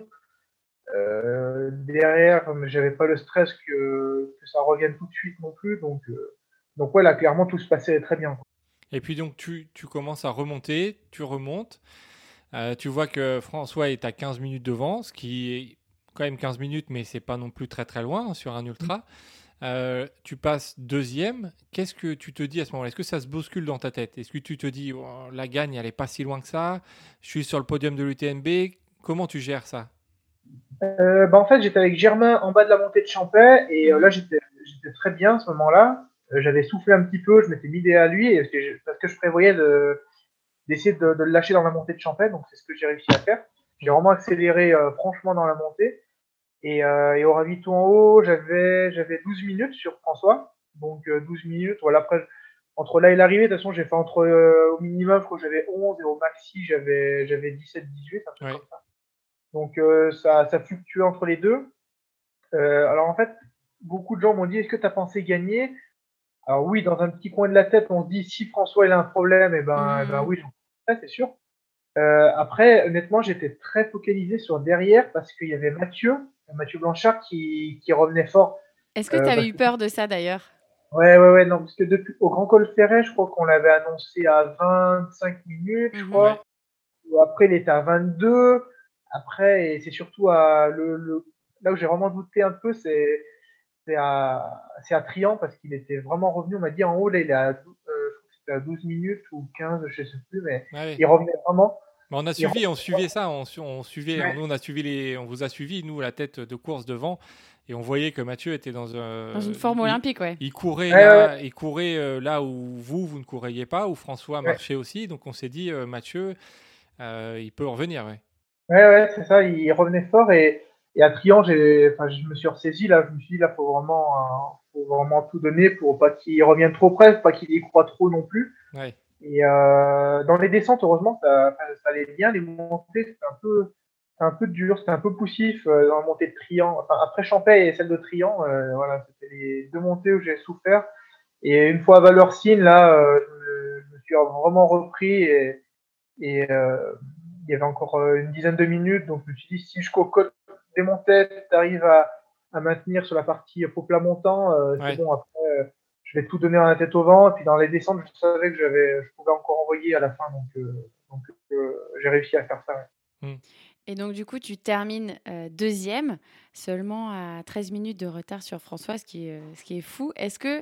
euh, derrière, mais j'avais pas le stress que, que ça revienne tout de suite non plus, donc, euh, donc ouais, là, clairement, tout se passait très bien. Et puis donc tu, tu commences à remonter, tu remontes. Euh, tu vois que François est à quinze minutes devant, ce qui est quand même quinze minutes, mais c'est pas non plus très très loin hein, sur un ultra. Euh, tu passes deuxième. Qu'est-ce que tu te dis à ce moment-là? Est-ce que ça se bouscule dans ta tête? Est-ce que tu te dis oh, la gagne, elle est pas si loin que ça? Je suis sur le podium de l'U T M B. Comment tu gères ça? Euh, bah en fait, j'étais avec Germain en bas de la montée de Champais et euh, là, Mhm. j'étais, j'étais très bien à ce moment-là. Euh, j'avais soufflé un petit peu, je m'étais mis derrière lui et parce que je, parce que je prévoyais de, d'essayer de, de le lâcher dans la montée de Champais, donc c'est ce que j'ai réussi à faire. J'ai vraiment accéléré euh, franchement dans la montée et, euh, et au ravito en haut, j'avais, j'avais douze minutes sur François, donc euh, douze minutes. Voilà, après, entre là et l'arrivée, de toute façon, j'ai fait entre euh, au minimum, je crois que j'avais onze et au maxi, j'avais, j'avais dix-sept dix-huit, un truc Ouais. comme ça. Donc euh, ça, ça fluctuait entre les deux. Euh, alors en fait, beaucoup de gens m'ont dit est-ce que tu as pensé gagner? Alors oui, dans un petit coin de la tête, on se dit si François il a un problème, et eh ben, eh ben Mhm. oui, j'en suis c'est sûr. Euh, après, honnêtement, j'étais très focalisé sur derrière parce qu'il y avait Mathieu, Mathieu Blanchard qui, qui revenait fort. Est-ce que tu Euh, avais parce eu que, peur de ça d'ailleurs? ouais, ouais, ouais, non, parce que depuis, au Grand Col Ferret, je crois qu'on l'avait annoncé à vingt-cinq minutes, je Mhm. Ouais. crois. Après, il était à vingt-deux. Après, et c'est surtout à le, le, là où j'ai vraiment douté un peu, c'est c'est à, c'est à Trian parce qu'il était vraiment revenu. On m'a dit en haut, là, il est à, euh, je crois que c'était à douze minutes ou quinze, je sais plus, mais Ouais. il revenait vraiment. Mais on a il suivi, re- on suivait ça, on, su- on suivait, ouais, nous on a suivi les, on vous a suivi nous la tête de course devant et on voyait que Mathieu était dans un, Dans une forme il, olympique, ouais. il courait ouais, ouais, là, il courait euh, là où vous vous ne courriez pas, où François ouais. marchait aussi, donc on s'est dit euh, Mathieu, euh, il peut revenir, ouais. Ouais, ouais, c'est ça, il revenait fort et, et à Trian, j'ai, enfin, je me suis ressaisi là, je me suis dit là, faut vraiment, euh, faut vraiment tout donner pour pas qu'il revienne trop près, pas qu'il y croit trop non plus. Ouais. Et euh, dans les descentes, heureusement, ça, ça allait bien. Les montées, c'était un peu, c'était un peu dur, c'était un peu poussif euh, dans la montée de Trian. Enfin, après Champais et celle de Trian, euh, voilà, c'était les deux montées où j'ai souffert. Et une fois à Valorcine, là, euh, je, me, je me suis vraiment repris et, et euh, il y avait encore euh, une dizaine de minutes. Donc je me suis dit, si jusqu'au col des montées, tu arrives à, à maintenir sur la partie faux plat montant, euh, c'est Ouais. bon. Après, euh, je vais tout donner dans la tête au vent. Et puis dans les descentes, je savais que j'avais, je pouvais encore envoyer à la fin. Donc, euh, donc euh, j'ai réussi à faire ça. Ouais. Mm. Et donc, du coup, tu termines euh, deuxième, seulement à treize minutes de retard sur François, ce qui est, euh, ce qui est fou. Est-ce que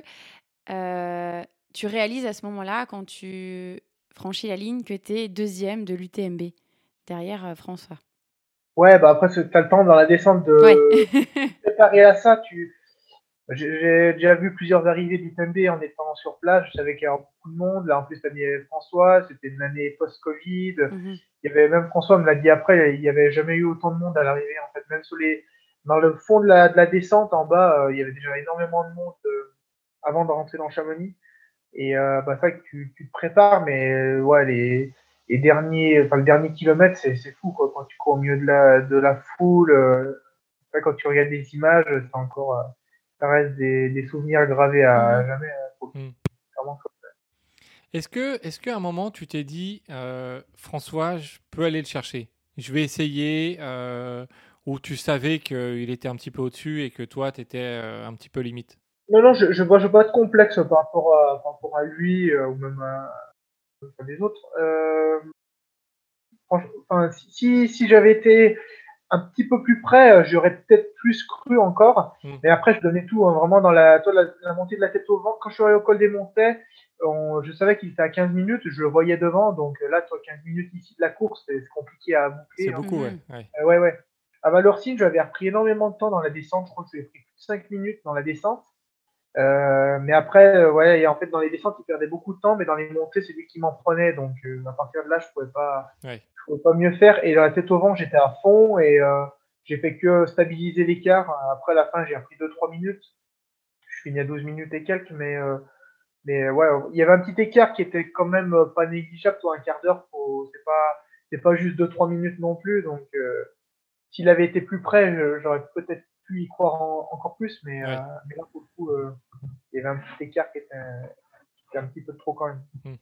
euh, tu réalises à ce moment-là, quand tu franchis la ligne, que tu es deuxième de l'U T M B, derrière euh, François? Ouais, bah après, tu as le temps dans la descente de Ouais. préparer à ça. Tu, j'ai j'ai déjà vu plusieurs arrivées d'U T M B en étant sur place. Je savais qu'il y avait beaucoup de monde. Là, en plus, il y avait François. C'était une année post-Covid. Mhm. Il y avait même François me l'a dit après, il n'y avait jamais eu autant de monde à l'arrivée. En fait, même sur les, dans le fond de la, de la descente en bas, euh, il y avait déjà énormément de monde euh, avant de rentrer dans Chamonix. Et euh, bah, ça, que tu, tu te prépares, mais euh, ouais, les, les derniers, enfin le dernier kilomètre, c'est, c'est fou quoi. Quand tu cours au milieu de la, de la foule, euh, ouais, quand tu regardes des images, c'est encore, euh, ça reste des, des souvenirs gravés à Mhm. jamais. euh, pour- Mm. vraiment, quoi. Est-ce que, est-ce qu'à un moment tu t'es dit euh, François, je peux aller le chercher, je vais essayer, euh, ou tu savais qu'il était un petit peu au-dessus et que toi tu étais euh, un petit peu limite? Non, non, je, je vois, je vois pas de complexe par rapport à, par rapport à lui euh, ou même à, à des autres. Euh, franchement, enfin, si, si, si j'avais été un petit peu plus près, euh, j'aurais peut-être plus cru encore. Mm. Mais après, je donnais tout, hein, vraiment dans la, toi, la, la montée de la tête au vent. Quand je suis arrivé au col des Montets, on, je savais qu'il était à quinze minutes, je le voyais devant. Donc là, toi, quinze minutes ici de la course, c'est, c'est compliqué à C'est boucler. Hein. beaucoup, ouais. Mhm. Ouais. Euh, ouais, ouais. À Valorcine, j'avais repris énormément de temps dans la descente. Je crois que j'avais pris plus de cinq minutes dans la descente. Euh, mais après, euh, ouais, et en fait, dans les descentes, il perdait beaucoup de temps, mais dans les montées, c'est lui qui m'en prenait. Donc, euh, à partir de là, je pouvais pas, Ouais. je pouvais pas mieux faire. Et dans la tête au vent, j'étais à fond et euh, j'ai fait que stabiliser l'écart. Après, à la fin, j'ai repris deux trois minutes. Je finis à douze minutes et quelques, mais euh, mais ouais, il y avait un petit écart qui était quand même euh, pas négligeable. Toi, un quart d'heure, faut, c'est pas, c'est pas juste deux trois minutes non plus. Donc, euh, s'il avait été plus près, je- j'aurais peut-être pu y croire en- encore plus, mais, euh, Ouais. mais là, pour le coup, euh, il y avait un petit écart qui était, qui était un petit peu trop quand même. Mm.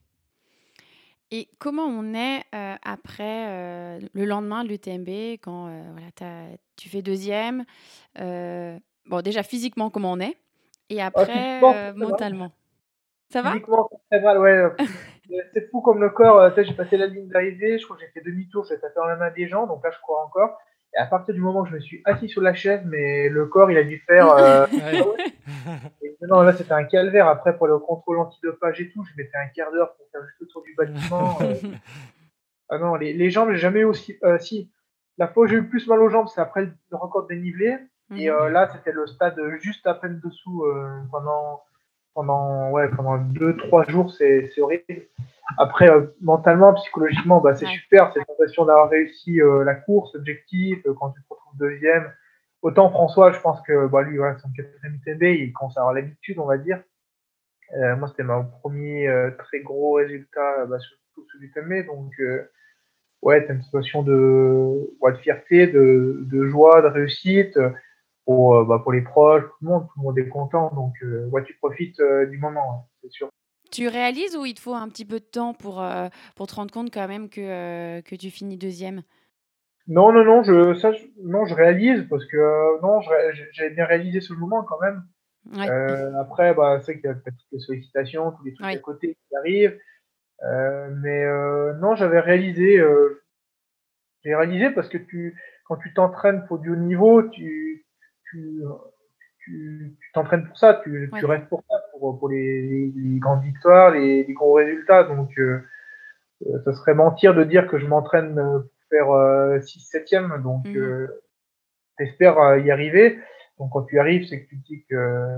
Et comment on est euh, après euh, le lendemain de l'U T M B, quand euh, voilà, t'as- tu fais deuxième euh, bon, déjà physiquement, comment on est? Et Ah, après, physiquement, euh, c'est très mal. mentalement. Ça va? Physiquement, c'est très mal, ouais. C'est- C'est fou comme le corps. euh, Tu sais, j'ai passé la ligne d'arrivée, je crois que j'ai fait demi-tour, j'ai tapé dans la main des gens, donc là, je cours encore. Et à partir du moment où je me suis assis sur la chaise, mais le corps, il a dû faire. Euh... Ouais. et non, là, c'était un calvaire. Après, pour le contrôle antidopage et tout, je mettais un quart d'heure pour faire juste le tour du bâtiment. euh. Ah non, les, les jambes, j'ai jamais eu aussi. Euh, si, la fois où j'ai eu le plus mal aux jambes, c'est après le le record dénivelé. Et Mhm. euh, là, c'était le stade juste à peine dessous euh, pendant pendant ouais pendant deux trois jours, c'est c'est horrible. Après, euh, mentalement, psychologiquement, bah c'est Ouais. super, cette sensation d'avoir réussi euh, la course, l'objectif, euh, quand tu te retrouves deuxième. Autant François, je pense que bah lui, voilà, son quatrième U T M B, il commence à avoir l'habitude, on va dire. Euh, moi, c'était mon premier euh, très gros résultat bah, sur tout ce U T M B, donc euh, ouais, t'as une situation de, ouais, de fierté, de, de joie, de réussite pour, euh, bah, pour les proches, tout le monde, tout le monde est content, donc euh, ouais, tu profites euh, du moment, hein, c'est sûr. Tu réalises ou il te faut un petit peu de temps pour, euh, pour te rendre compte quand même que, euh, que tu finis deuxième? Non, non, non, je, ça, je, non, je réalise parce que euh, non, je ré- j'ai- j'avais bien réalisé sur le moment quand même. Ouais, Euh, après, bah, c'est qu'il y a peut-être toutes les sollicitations, tous les trucs à ouais. côté qui arrivent, euh, mais euh, non, j'avais réalisé, euh, j'ai réalisé parce que tu, quand tu t'entraînes pour du haut niveau, tu, tu, tu tu t'entraînes pour ça, tu, tu Ouais. rêves pour ça, pour, pour les, les, les grandes victoires, les, les gros résultats. Donc, euh, euh, ça serait mentir de dire que je m'entraîne pour faire euh, six septième, donc Mhm. euh, t'espères euh, y arriver. Donc quand tu y arrives, c'est que tu te dis que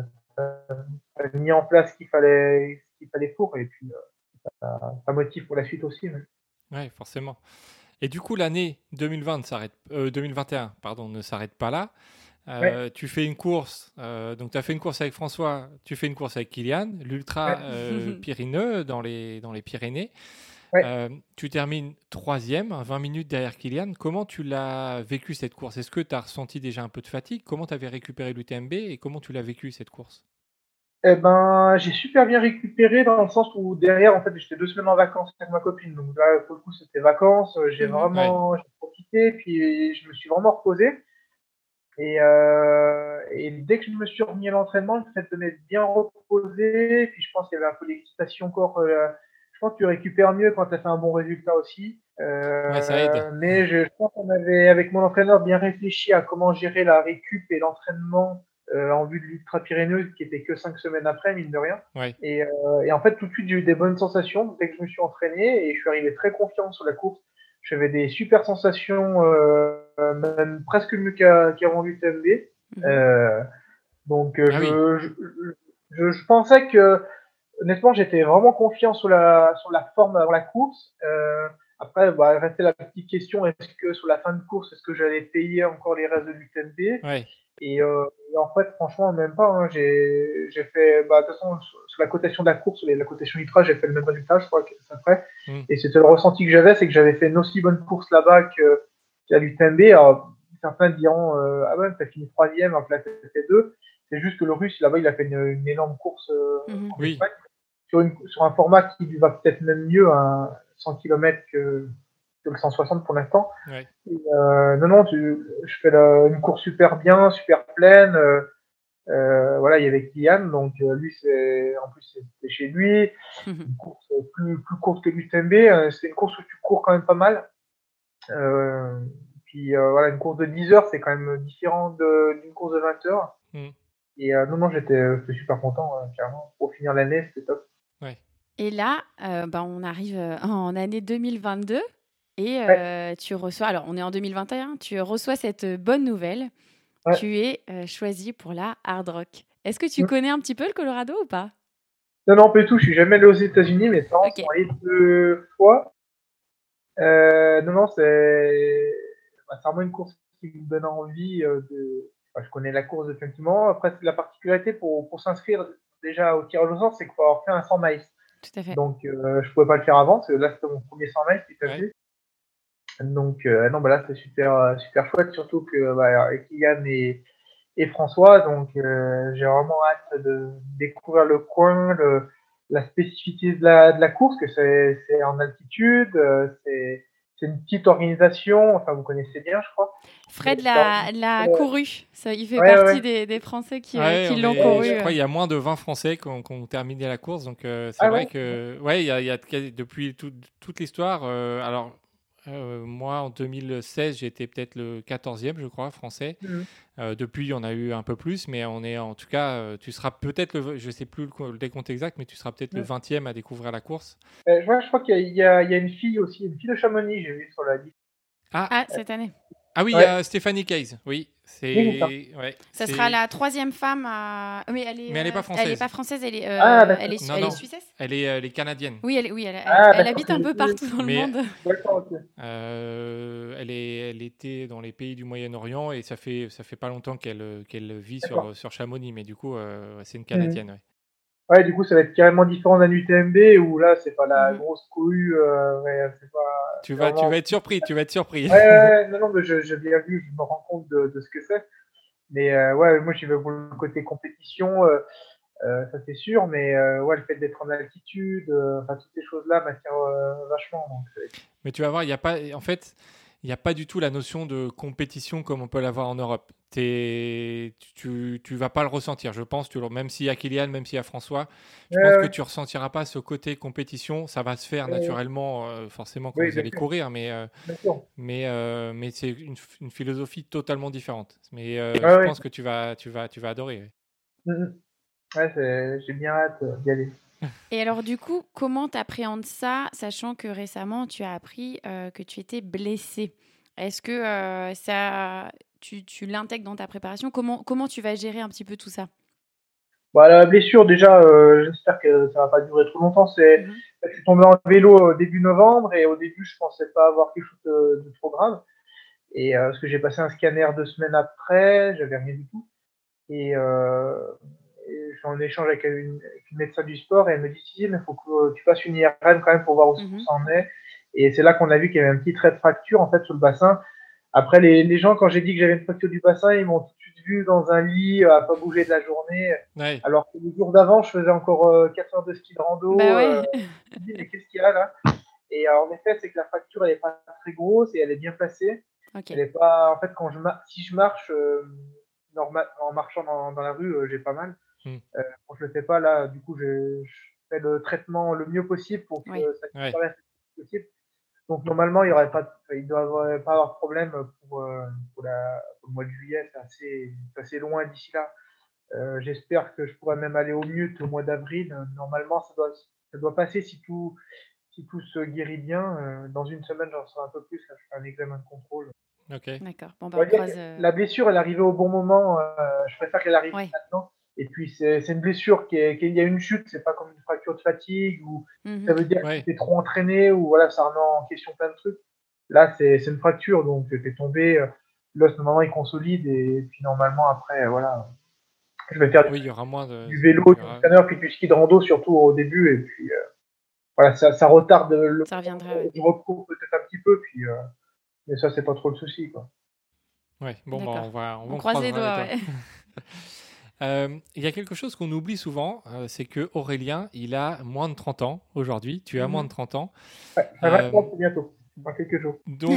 tu as mis en place ce qu'il fallait, ce qu'il fallait pour, et puis euh, ça, ça motive pour la suite aussi. Mais... Ouais, forcément. Et du coup, l'année deux mille vingt s'arrête, euh, deux mille vingt et un pardon, ne s'arrête pas là. Euh, Ouais. Tu fais une course, euh, donc tu as fait une course avec François, tu fais une course avec Kylian, l'Ultra Ouais. euh, Pyrénées dans les, dans les Pyrénées. Ouais. Euh, tu termines troisième, vingt minutes derrière Kylian. Comment tu l'as vécu cette course? Est-ce que tu as ressenti déjà un peu de fatigue? Comment tu avais récupéré l'U T M B et comment tu l'as vécu cette course? Eh ben, j'ai super bien récupéré dans le sens où derrière, en fait, j'étais deux semaines en vacances avec ma copine. Donc là, pour le coup, c'était vacances. J'ai Mhm. vraiment j'ai profité, puis je me suis vraiment reposé. Et, euh, et dès que je me suis remis à l'entraînement, le fait de m'être bien reposé, puis je pense qu'il y avait un peu d'excitation encore. Euh, je pense que tu récupères mieux quand tu as fait un bon résultat aussi. Euh, Ouais, ça aide. mais je, je pense qu'on avait, avec mon entraîneur, bien réfléchi à comment gérer la récup et l'entraînement euh, en vue de l'Ultra Pyrénées, qui était que cinq semaines après, mine de rien. Ouais. Et, euh, et en fait, tout de suite, j'ai eu des bonnes sensations dès que je me suis entraîné et je suis arrivé très confiant sur la course. J'avais des super sensations, euh, même presque mieux qu'à- qu'avant l'U T M B. Mhm. Euh, donc, euh, Ah oui. je, je, je, je pensais que, honnêtement, j'étais vraiment confiant sur la, sur la forme avant la course. Euh, après, bah, restait la petite question, est-ce que sur la fin de course, est-ce que j'allais payer encore les restes de l'U T M B? Ouais. Et, euh, et en fait, franchement, même pas. Hein, j'ai, j'ai fait, bah, de toute façon, sur, sur la cotation de la course, la cotation ultra, j'ai fait le même résultat, je crois, que ça après. Mm. Et c'était le ressenti que j'avais, c'est que j'avais fait une aussi bonne course là-bas que, qu'à l'U T M B. Alors, certains diront, euh, ah ouais, t'as fini troisième, alors que là, t'as fait deux. C'est juste que le Russe, là-bas, il a fait une, une énorme course euh, Mhm. en Oui. Espagne. Sur, une, sur un format qui lui va peut-être même mieux à cent kilomètres que, que le cent soixante pour l'instant. Ouais. Et, euh, non, non, tu, je fais la, une course super bien, super pleine. Euh, euh, voilà, il y avait Kylian, donc euh, lui, c'est en plus c'était chez lui. Mhm. Une course plus, plus courte que l'U T M B. Euh, c'est une course où tu cours quand même pas mal. Euh, puis euh, voilà, une course de dix heures, c'est quand même différent de, d'une course de vingt heures. Mm. Et euh, non, non, j'étais, j'étais super content, euh, clairement. Pour finir l'année, c'était top. Ouais. Et là, euh, bah, on arrive euh, en année deux mille vingt-deux et euh, Ouais. tu reçois, alors on est en deux mille vingt et un, tu reçois cette bonne nouvelle, Ouais. tu es euh, choisi pour la Hard Rock. Est-ce que tu Mm. connais un petit peu le Colorado ou pas? Non, non, pas du tout. Je suis jamais allé aux États-Unis. Mes parents Ok. sont allés deux fois. Euh, non, non, c'est, bah, c'est vraiment une course qui me donne envie euh, de. Enfin, je connais la course depuis un petit moment. Après, c'est la particularité pour, pour s'inscrire déjà au tirage au sort, c'est qu'il faut avoir fait un cent miles. Tout à fait. Donc, euh, je pouvais pas le faire avant, parce que là, c'était mon premier cent miles qui t'a Ouais. vu. Donc, euh, non, bah là, c'est super, euh, super chouette, surtout que bah, avec Kylian et, et François, donc euh, j'ai vraiment hâte de découvrir le coin, le, la spécificité de la, de la course, que c'est, c'est en altitude, euh, c'est, c'est une petite organisation, enfin vous connaissez bien, je crois. Fred Mais l'a, c'est- l'a euh, couru, ça, il fait ouais, partie ouais. des, des Français qui, euh, Ouais, qui on l'ont est- couru. je euh. crois qu'il y a moins de vingt Français qui ont, qui ont terminé la course, donc euh, c'est Ah vrai ouais. que ouais, il y a, il y a depuis tout- toute l'histoire. euh, alors euh, moi, en deux mille seize, j'étais peut-être le quatorzième, je crois, français. Mhm. Euh, depuis, il y en a eu un peu plus, mais on est en tout cas, euh, tu seras peut-être le, je sais plus le, co- le décompte exact, mais tu seras peut-être le Mhm. vingtième à découvrir la course. Euh, je, vois, je crois qu'il y a, il y, a, il y a une fille aussi, une fille de Chamonix, j'ai vu sur la liste. Ah, Ah, cette année. ah oui, il y Ouais. a Stéphanie Case. Oui, c'est Oui, c'est ça. ouais, Ça c'est- sera la troisième femme à. Mais elle est. Mais elle est pas euh, française. Elle est pas française. Elle est. euh, Ah, d'accord. elle est, Non, elle non. est suissesse. Elle est, elle est canadienne. Oui, elle, oui, elle, elle- Ah, elle d'accord. habite un peu partout dans Mais- le monde. D'accord, ok. Euh, elle, est, elle était dans les pays du Moyen-Orient et ça fait, ça fait pas longtemps qu'elle qu'elle vit D'accord. sur, sur Chamonix, mais du coup, euh, c'est une Mhm. Canadienne. Ouais. Ouais, du coup, ça va être carrément différent d'un U T M B où là, c'est pas la Mhm. grosse cohue, euh, ouais, c'est pas. Tu, c'est vas, tu vraiment- vas être surpris, tu vas être surpris. Ouais, ouais, ouais, non, non, mais je- j'ai bien vu, je me rends compte de, de ce que c'est. Mais euh, ouais, moi, j'y vais pour le côté compétition, euh, euh, ça c'est sûr, mais euh, ouais, le fait d'être en altitude, euh, enfin, toutes ces choses-là m'attirent euh, vachement. Donc, euh, Mais tu vas voir, il y a pas, en fait, il n'y a pas du tout la notion de compétition comme on peut l'avoir en Europe. T'es- tu ne vas pas le ressentir, je pense. Tu, le- même s'il y a Kylian, même s'il y a François, je ouais, pense ouais, que tu ne ressentiras pas ce côté compétition. Ça va se faire Ouais, ouais. naturellement, euh, forcément, quand Oui, vous bien allez sûr. courir, mais, euh, bien sûr. mais, euh, mais c'est une, une philosophie totalement différente. Mais euh, Ouais, je ouais. pense que tu vas, tu vas, tu vas adorer. ouais. Mhm. Ouais, c'est- j'ai bien hâte euh, d'y aller. Et alors, du coup, comment tu appréhendes ça, sachant que récemment, tu as appris euh, que tu étais blessé? Est-ce que euh, ça, tu, tu l'intègres dans ta préparation? Comment, comment tu vas gérer un petit peu tout ça? Bah, la blessure, déjà, euh, j'espère que ça va pas durer trop longtemps. C'est, Mhm. je suis tombé en vélo euh, début novembre et au début, je pensais pas avoir quelque chose de, de trop grave. Et euh, parce que j'ai passé un scanner deux semaines après, j'avais rien du tout. Et, euh, et je suis en échange avec une, avec une médecin du sport et elle me dit si, si, mais il faut que tu fasses une I R M quand même pour voir où Mhm. ça en est. Et c'est là qu'on a vu qu'il y avait un petit trait de fracture en fait sur le bassin. Après, les, les gens, quand j'ai dit que j'avais une fracture du bassin, ils m'ont tout de suite vu dans un lit, à pas bouger de la journée. Ouais. Alors que le jour d'avant, je faisais encore euh, quatre heures de ski de rando. Bah Euh, ouais. je me dis, mais qu'est-ce qu'il y a là? Et euh, en effet, c'est que la fracture, elle est pas très grosse et elle est bien placée. Ok. Elle est pas, en fait, quand je mar- si je marche, euh, normal, en marchant dans, dans la rue, euh, j'ai pas mal. Hmm. Euh, quand je le fais pas, là, du coup, je, je fais le traitement le mieux possible pour que Ouais. ça Ouais. disparaisse le plus possible. Donc normalement, il y aurait pas, de- il doit pas avoir de problème pour, euh, pour, la, pour le mois de juillet. C'est assez, c'est assez loin d'ici là. Euh, j'espère que je pourrai même aller au mieux au mois d'avril. Euh, Normalement, ça doit, ça doit passer si tout, si tout se guérit bien. Euh, dans une semaine, j'en saurai un peu plus. Là, je fais un examen de contrôle. Ok. D'accord. Bon, bah, On va on dire que croise. euh, la blessure, elle est arrivée au bon moment. Euh, je préfère qu'elle arrive Ouais. maintenant. Et puis, c'est c'est une blessure qui est, qui est- il y a une chute. C'est pas comme une fracture de fatigue ou Mhm. ça veut dire que Ouais. tu t'es trop entraîné ou voilà, ça remet en question plein de trucs. Là, c'est c'est une fracture. Donc, t'es tombé. euh, L'os, normalement, il consolide. Et puis, normalement, après, euh, voilà. Je vais faire Oui, il y aura moins de. du vélo, il y du aura- scanner, puis du ski de rando, surtout au début. Et puis, euh, voilà, ça, ça retarde le Ça moment reviendra. Ouais. de repos peut-être un petit peu. Puis, euh, mais ça, c'est pas trop le souci, quoi. Ouais. Bon, bah, D'accord. on va, on, On on croise les croisera doigts. les doigts. Ouais. Euh, Il y a quelque chose qu'on oublie souvent, euh, c'est que Aurélien, il a moins de trente ans aujourd'hui. Tu as moins Mhm. de trente ans. Ouais, ça va Euh, être bientôt, dans quelques jours. donc,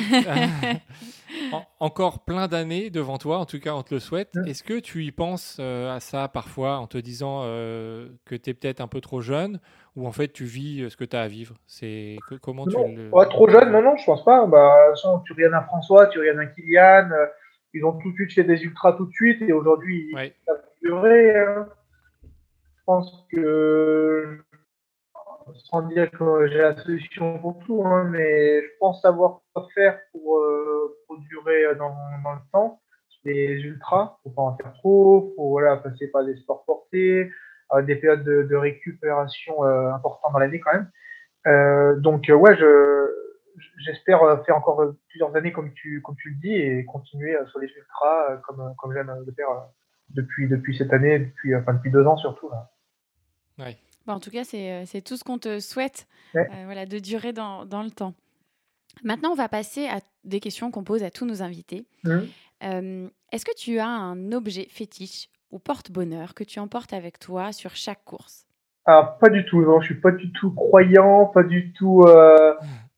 en- encore plein d'années devant toi, en tout cas, on te le souhaite. Mm. Est-ce que tu y penses euh, à ça parfois en te disant euh, que tu es peut-être un peu trop jeune ou en fait tu vis euh, ce que tu as à vivre? C'est que- comment tu Non, le ouais, trop tu le jeune, non, vis? non, je pense pas. Bah, de toute façon, tu regardes un François, tu regardes un Kylian, euh, ils ont tout de suite fait des ultras tout de suite et aujourd'hui, ils Ouais, ça va durer. Hein. Je pense que, sans dire que j'ai la solution pour tout, hein, mais je pense savoir quoi faire pour, euh, pour durer dans, dans le temps. Les ultras, faut pas en faire trop, faut voilà, passer par des sports portés, euh, des périodes de, de récupération euh, importantes dans l'année quand même. Euh, donc euh, ouais, je j'espère euh, faire encore euh, plusieurs années comme tu comme tu le dis et continuer euh, sur les ultras euh, comme euh, comme j'aime le faire euh, depuis depuis cette année, depuis enfin depuis deux ans surtout là. ouais. Bon, en tout cas, c'est euh, c'est tout ce qu'on te souhaite, Ouais. euh, voilà, de durer dans, dans le temps. Maintenant, on va passer à des questions qu'on pose à tous nos invités. Mmh. Euh, Est-ce que tu as un objet fétiche ou porte-bonheur que tu emportes avec toi sur chaque course? Alors pas du tout, non, je suis pas du tout croyant, pas du tout euh,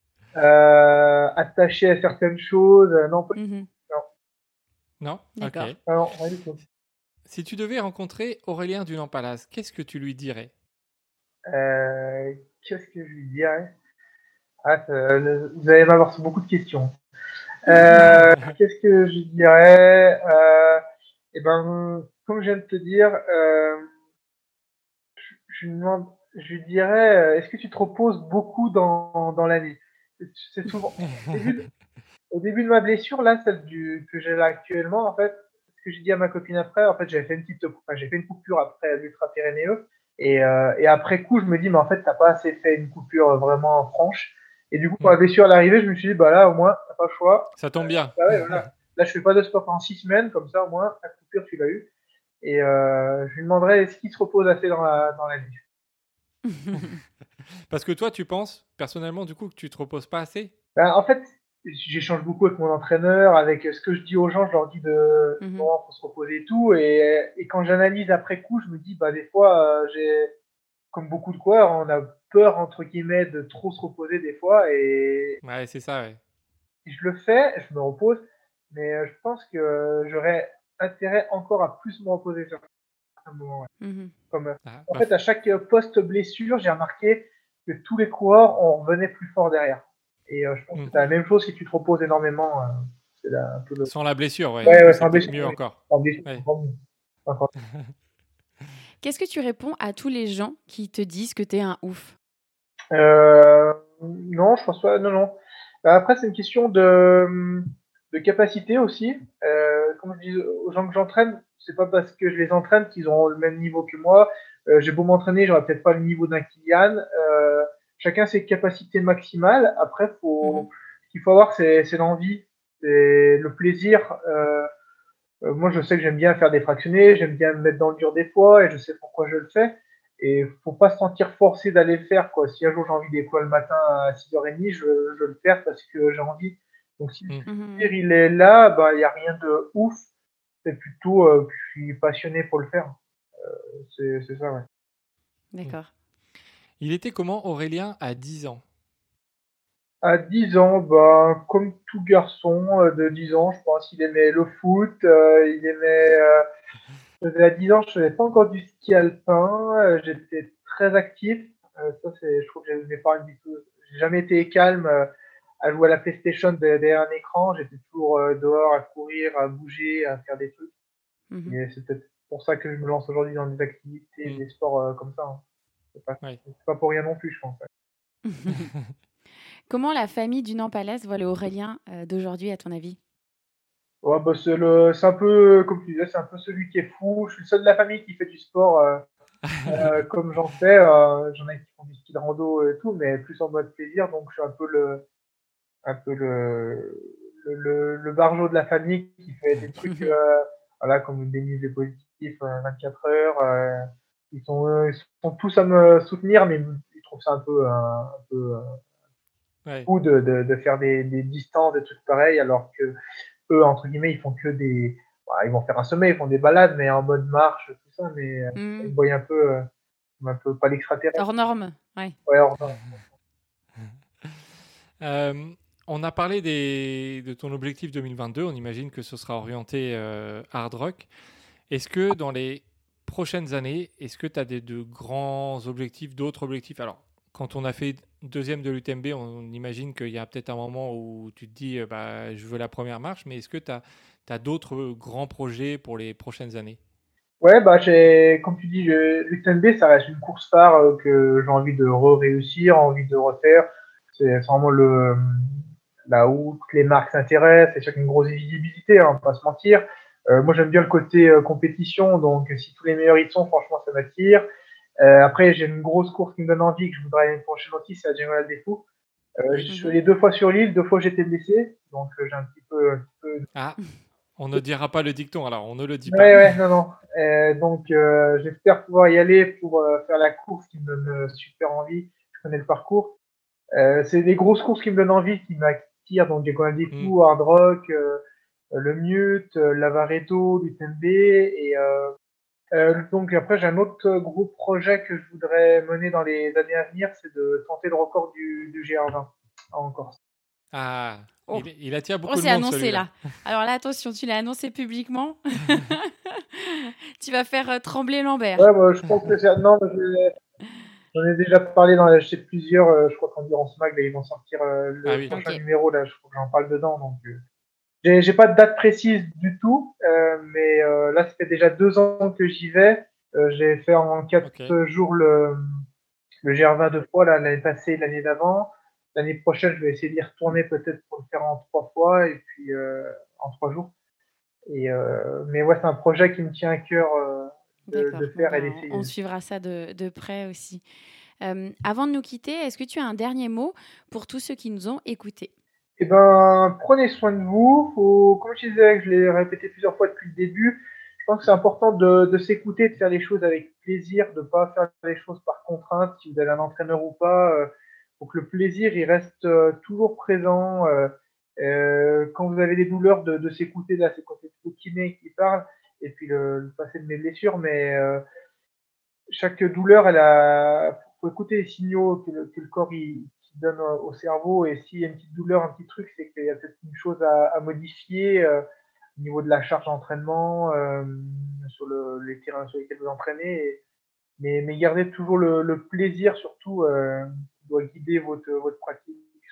euh, attaché à certaines choses, euh, non, pas du Mhm. tout, non, Non? Ok. D'accord. ah non, rien du tout. Si tu devais rencontrer Aurélien du Lampalaz, qu'est-ce que tu lui dirais? Euh, qu'est-ce que je lui dirais? Ah, ça- vous allez m'avoir sur beaucoup de questions. Euh, qu'est-ce que je dirais euh, Eh ben, comme je viens de te dire, euh, je, lui demande, je lui dirais, euh, est-ce que tu te reposes beaucoup dans, dans l'année? C'est souvent au début, de, au début de ma blessure, là, celle du, que j'ai là actuellement, en fait, ce que j'ai dit à ma copine après, en fait, j'avais fait une petite, enfin, j'ai fait une coupure après l'ultra-pyrénéeux, et, euh, et après coup, je me dis, mais en fait, t'as pas assez fait une coupure vraiment franche. Et du coup, quand Hmm. la blessure est arrivée, je me suis dit, bah là, au moins, t'as pas le choix. Ça tombe bien. Bah ouais, voilà. Là, je fais pas de sport pendant six semaines, comme ça, au moins, la coupure, tu l'as eu. Et euh, je lui demanderais est-ce qu'il se repose assez dans la, dans la vie. Parce que toi, tu penses, personnellement, du coup, que tu te reposes pas assez? Ben, en fait, j'échange beaucoup avec mon entraîneur, avec ce que je dis aux gens, je leur dis de Mhm. bon, faut se reposer et tout. Et, et quand j'analyse après coup, je me dis, bah, des fois, euh, j'ai, comme beaucoup de coureurs, on a peur, entre guillemets, de trop se reposer des fois. Et, Ouais, c'est ça, ouais. et je le fais, je me repose, mais euh, je pense que j'aurais intérêt encore à plus me reposer sur un moment. Ouais. Mhm. Comme, euh, Ah, en bah, fait, à chaque post-blessure, j'ai remarqué que tous les coureurs, on revenait plus fort derrière. Et euh, je pense hmm. que c'est la même chose si tu te reposes énormément. Euh, c'est là, un peu le... Sans la blessure, ouais. Ouais, Du coup, ouais, c'est sans peut-être blessure, mieux oui. encore. Sans blessure, Ouais. c'est encore mieux. Encore. Qu'est-ce que tu réponds à tous les gens qui te disent que tu es un ouf? Euh, non, je pense pas. Non, non. Bah, Après, c'est une question de, de capacité aussi. Euh, comme je dis aux gens que j'entraîne, c'est pas parce que je les entraîne qu'ils ont le même niveau que moi. Euh, j'ai beau m'entraîner, j'aurai peut-être pas le niveau d'un Kylian. Euh, chacun ses capacités maximales. Après, Mhm. faut, ce qu'il faut avoir, c'est, c'est l'envie, c'est le plaisir. Euh, euh, moi, je sais que j'aime bien faire des fractionnés, j'aime bien me mettre dans le dur des fois, et je sais pourquoi je le fais. Et faut pas se sentir forcé d'aller le faire, quoi. Si un jour j'ai envie des quoi le matin à six heures trente, je, je le faire parce que j'ai envie. Donc si le Mm. plaisir Mhm. il est là, bah il y a rien de ouf. C'est plutôt euh, que je suis passionné pour le faire. C'est c'est ça, ouais. Mm. D'accord. Il était comment Aurélien à dix ans? À dix ans, bah comme tout garçon euh, de dix ans, je pense, il aimait le foot, euh, il aimait euh, à dix ans, je faisais pas encore du ski alpin, euh, j'étais très actif. Euh, ça, c'est, je trouve que mes parents me disent tout. J'ai jamais été calme euh, à jouer à la PlayStation derrière un écran. J'étais toujours euh, dehors à courir, à bouger, à faire des trucs. Mhm. Et c'est peut-être pour ça que je me lance aujourd'hui dans des activités, Mm. des sports euh, comme ça. Hein. C'est pas, Ouais. c'est pas pour rien non plus, je pense. Comment la famille du Nampalès voit le Aurélien euh, d'aujourd'hui, à ton avis? Ouais, bah, c'est le, c'est un peu, comme tu disais, c'est un peu celui qui est fou. Je suis le seul de la famille qui fait du sport. Euh, Euh, comme j'en fais, euh, j'en ai qui font du ski de rando et tout, mais plus en mode plaisir, donc je suis un peu le, un peu le, le, le, le barjot de la famille qui fait des trucs, euh, voilà, comme des musées positifs, euh, vingt-quatre heures. Euh, ils sont, euh, ils sont tous à me soutenir, mais ils trouvent ça un peu, euh, un peu euh, Ouais. fou de, de, de faire des, des distances, des trucs pareils, alors que eux, entre guillemets, ils font que des, bah, ils vont faire un sommet, ils font des balades, mais en mode marche, tout ça, mais euh, ils Mhm. me voient un peu, euh, un peu pas l'extraterrestre. Hors norme, ouais. Ouais, hors norme. Euh, on a parlé des, de ton objectif deux mille vingt-deux. On imagine que ce sera orienté euh, hard rock. Est-ce que dans les prochaines années, est-ce que tu as des, de grands objectifs, d'autres objectifs? Alors, quand on a fait deuxième de l'U T M B, on imagine qu'il y a peut-être un moment où tu te dis, euh, bah, je veux la première marche, mais est-ce que tu as, d'autres grands projets pour les prochaines années? Ouais, bah, j'ai, comme tu dis, l'U T M B, ça reste une course phare euh, que j'ai envie de re-réussir, envie de refaire. C'est c'est vraiment le, là où toutes les marques s'intéressent, c'est sûr qu'il y a une grosse visibilité, hein, on va pas se mentir. Euh, moi, j'aime bien le côté euh, compétition, donc si tous les meilleurs y sont, franchement, ça m'attire. Euh, après, j'ai une grosse course qui me donne envie, que je voudrais l'année prochaine aussi, c'est la Diagonale des Fous. Euh, je Oui. suis Mhm. allé deux fois sur l'île, deux fois j'étais blessé, donc euh, j'ai un petit peu, un petit peu Ah, on ne dira pas le dicton, alors on ne le dit pas. Ouais, ouais, non, non. Euh, donc, euh, j'espère pouvoir y aller pour euh, faire la course qui me donne euh, super envie. Je connais le parcours. Euh, c'est les grosses courses qui me donnent envie, qui m'attirent. Donc, j'ai quand même des Hmm. fous, Hard Rock, euh, le Mute, euh, l'Avaretto, l'U T M B. Et euh, euh, donc, après, j'ai un autre gros projet que je voudrais mener dans les années à venir, c'est de tenter le record du, du G R vingt en Corse. Ah, Oh, il, il attire oh beaucoup de c'est monde annoncé celui-là. là. Alors là, attention, tu l'as annoncé publiquement. Tu vas faire euh, trembler Lambert. Ouais, moi, je pense que c'est... Non, mais je- j'en ai déjà parlé dans chez plusieurs, euh, je crois qu'Endurance Mag, là, ils vont sortir euh, Ah le oui. prochain Ok. numéro, là, je crois que j'en parle dedans. Donc, euh, j'ai, j'ai pas de date précise du tout, euh, mais euh, là, ça fait déjà deux ans que j'y vais. Euh, j'ai fait en quatre Ok. jours le, le G R vingt deux fois, là, l'année passée, l'année d'avant. L'année prochaine, je vais essayer d'y retourner peut-être pour le faire en trois fois, et puis euh, en trois jours. Et, euh, mais ouais, c'est un projet qui me tient à cœur euh, de, D'accord. de Bon, faire et bah, on, on d'essayer. suivra ça de, de près aussi. Euh, avant de nous quitter, est-ce que tu as un dernier mot pour tous ceux qui nous ont écoutés? Eh ben, prenez soin de vous. Faut, comme je disais, je l'ai répété plusieurs fois depuis le début, je pense que c'est important de, de s'écouter, de faire les choses avec plaisir, de pas faire les choses par contrainte, si vous avez un entraîneur ou pas. Euh, faut que le plaisir, il reste euh, toujours présent. Euh, euh, quand vous avez des douleurs, de, de s'écouter, là, c'est côté plutôt kiné qui parle, et puis le, le passé de mes blessures, mais euh, chaque douleur, elle a, faut écouter les signaux que le, que le corps il, il donne au cerveau. Et s'il y a une petite douleur, un petit truc, c'est qu'il y a peut-être une chose à, à modifier euh, au niveau de la charge d'entraînement euh, sur le, les terrains sur lesquels vous entraînez. Et, mais, mais gardez toujours le, le plaisir, surtout, euh, qui doit guider votre, votre pratique,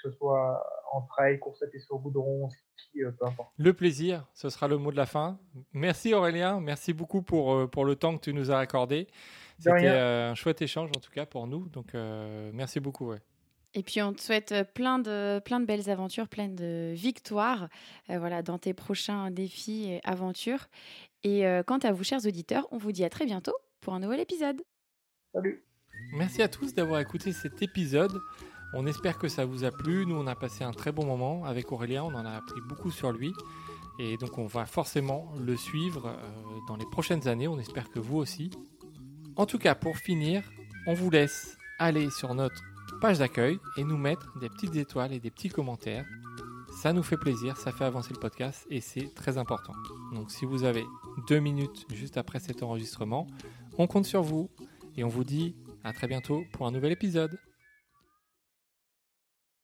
ce soit en trail, course à pied sur goudron, ski, euh, peu importe. Le plaisir, ce sera le mot de la fin. Merci Aurélien, merci beaucoup pour, euh, pour le temps que tu nous as accordé. De C'était rien. euh, un chouette échange en tout cas pour nous, donc euh, merci beaucoup. Ouais. Et puis on te souhaite euh, plein de, plein de belles aventures, plein de victoires euh, voilà, dans tes prochains défis et aventures. Et euh, quant à vous, chers auditeurs, on vous dit à très bientôt pour un nouvel épisode. Salut. Merci à tous d'avoir écouté cet épisode. On espère que ça vous a plu. Nous, on a passé un très bon moment avec Aurélien. On en a appris beaucoup sur lui. Et donc, on va forcément le suivre euh, dans les prochaines années. On espère que vous aussi. En tout cas, pour finir, on vous laisse aller sur notre page d'accueil et nous mettre des petites étoiles et des petits commentaires. Ça nous fait plaisir, ça fait avancer le podcast et c'est très important. Donc, si vous avez deux minutes juste après cet enregistrement, on compte sur vous et on vous dit à très bientôt pour un nouvel épisode.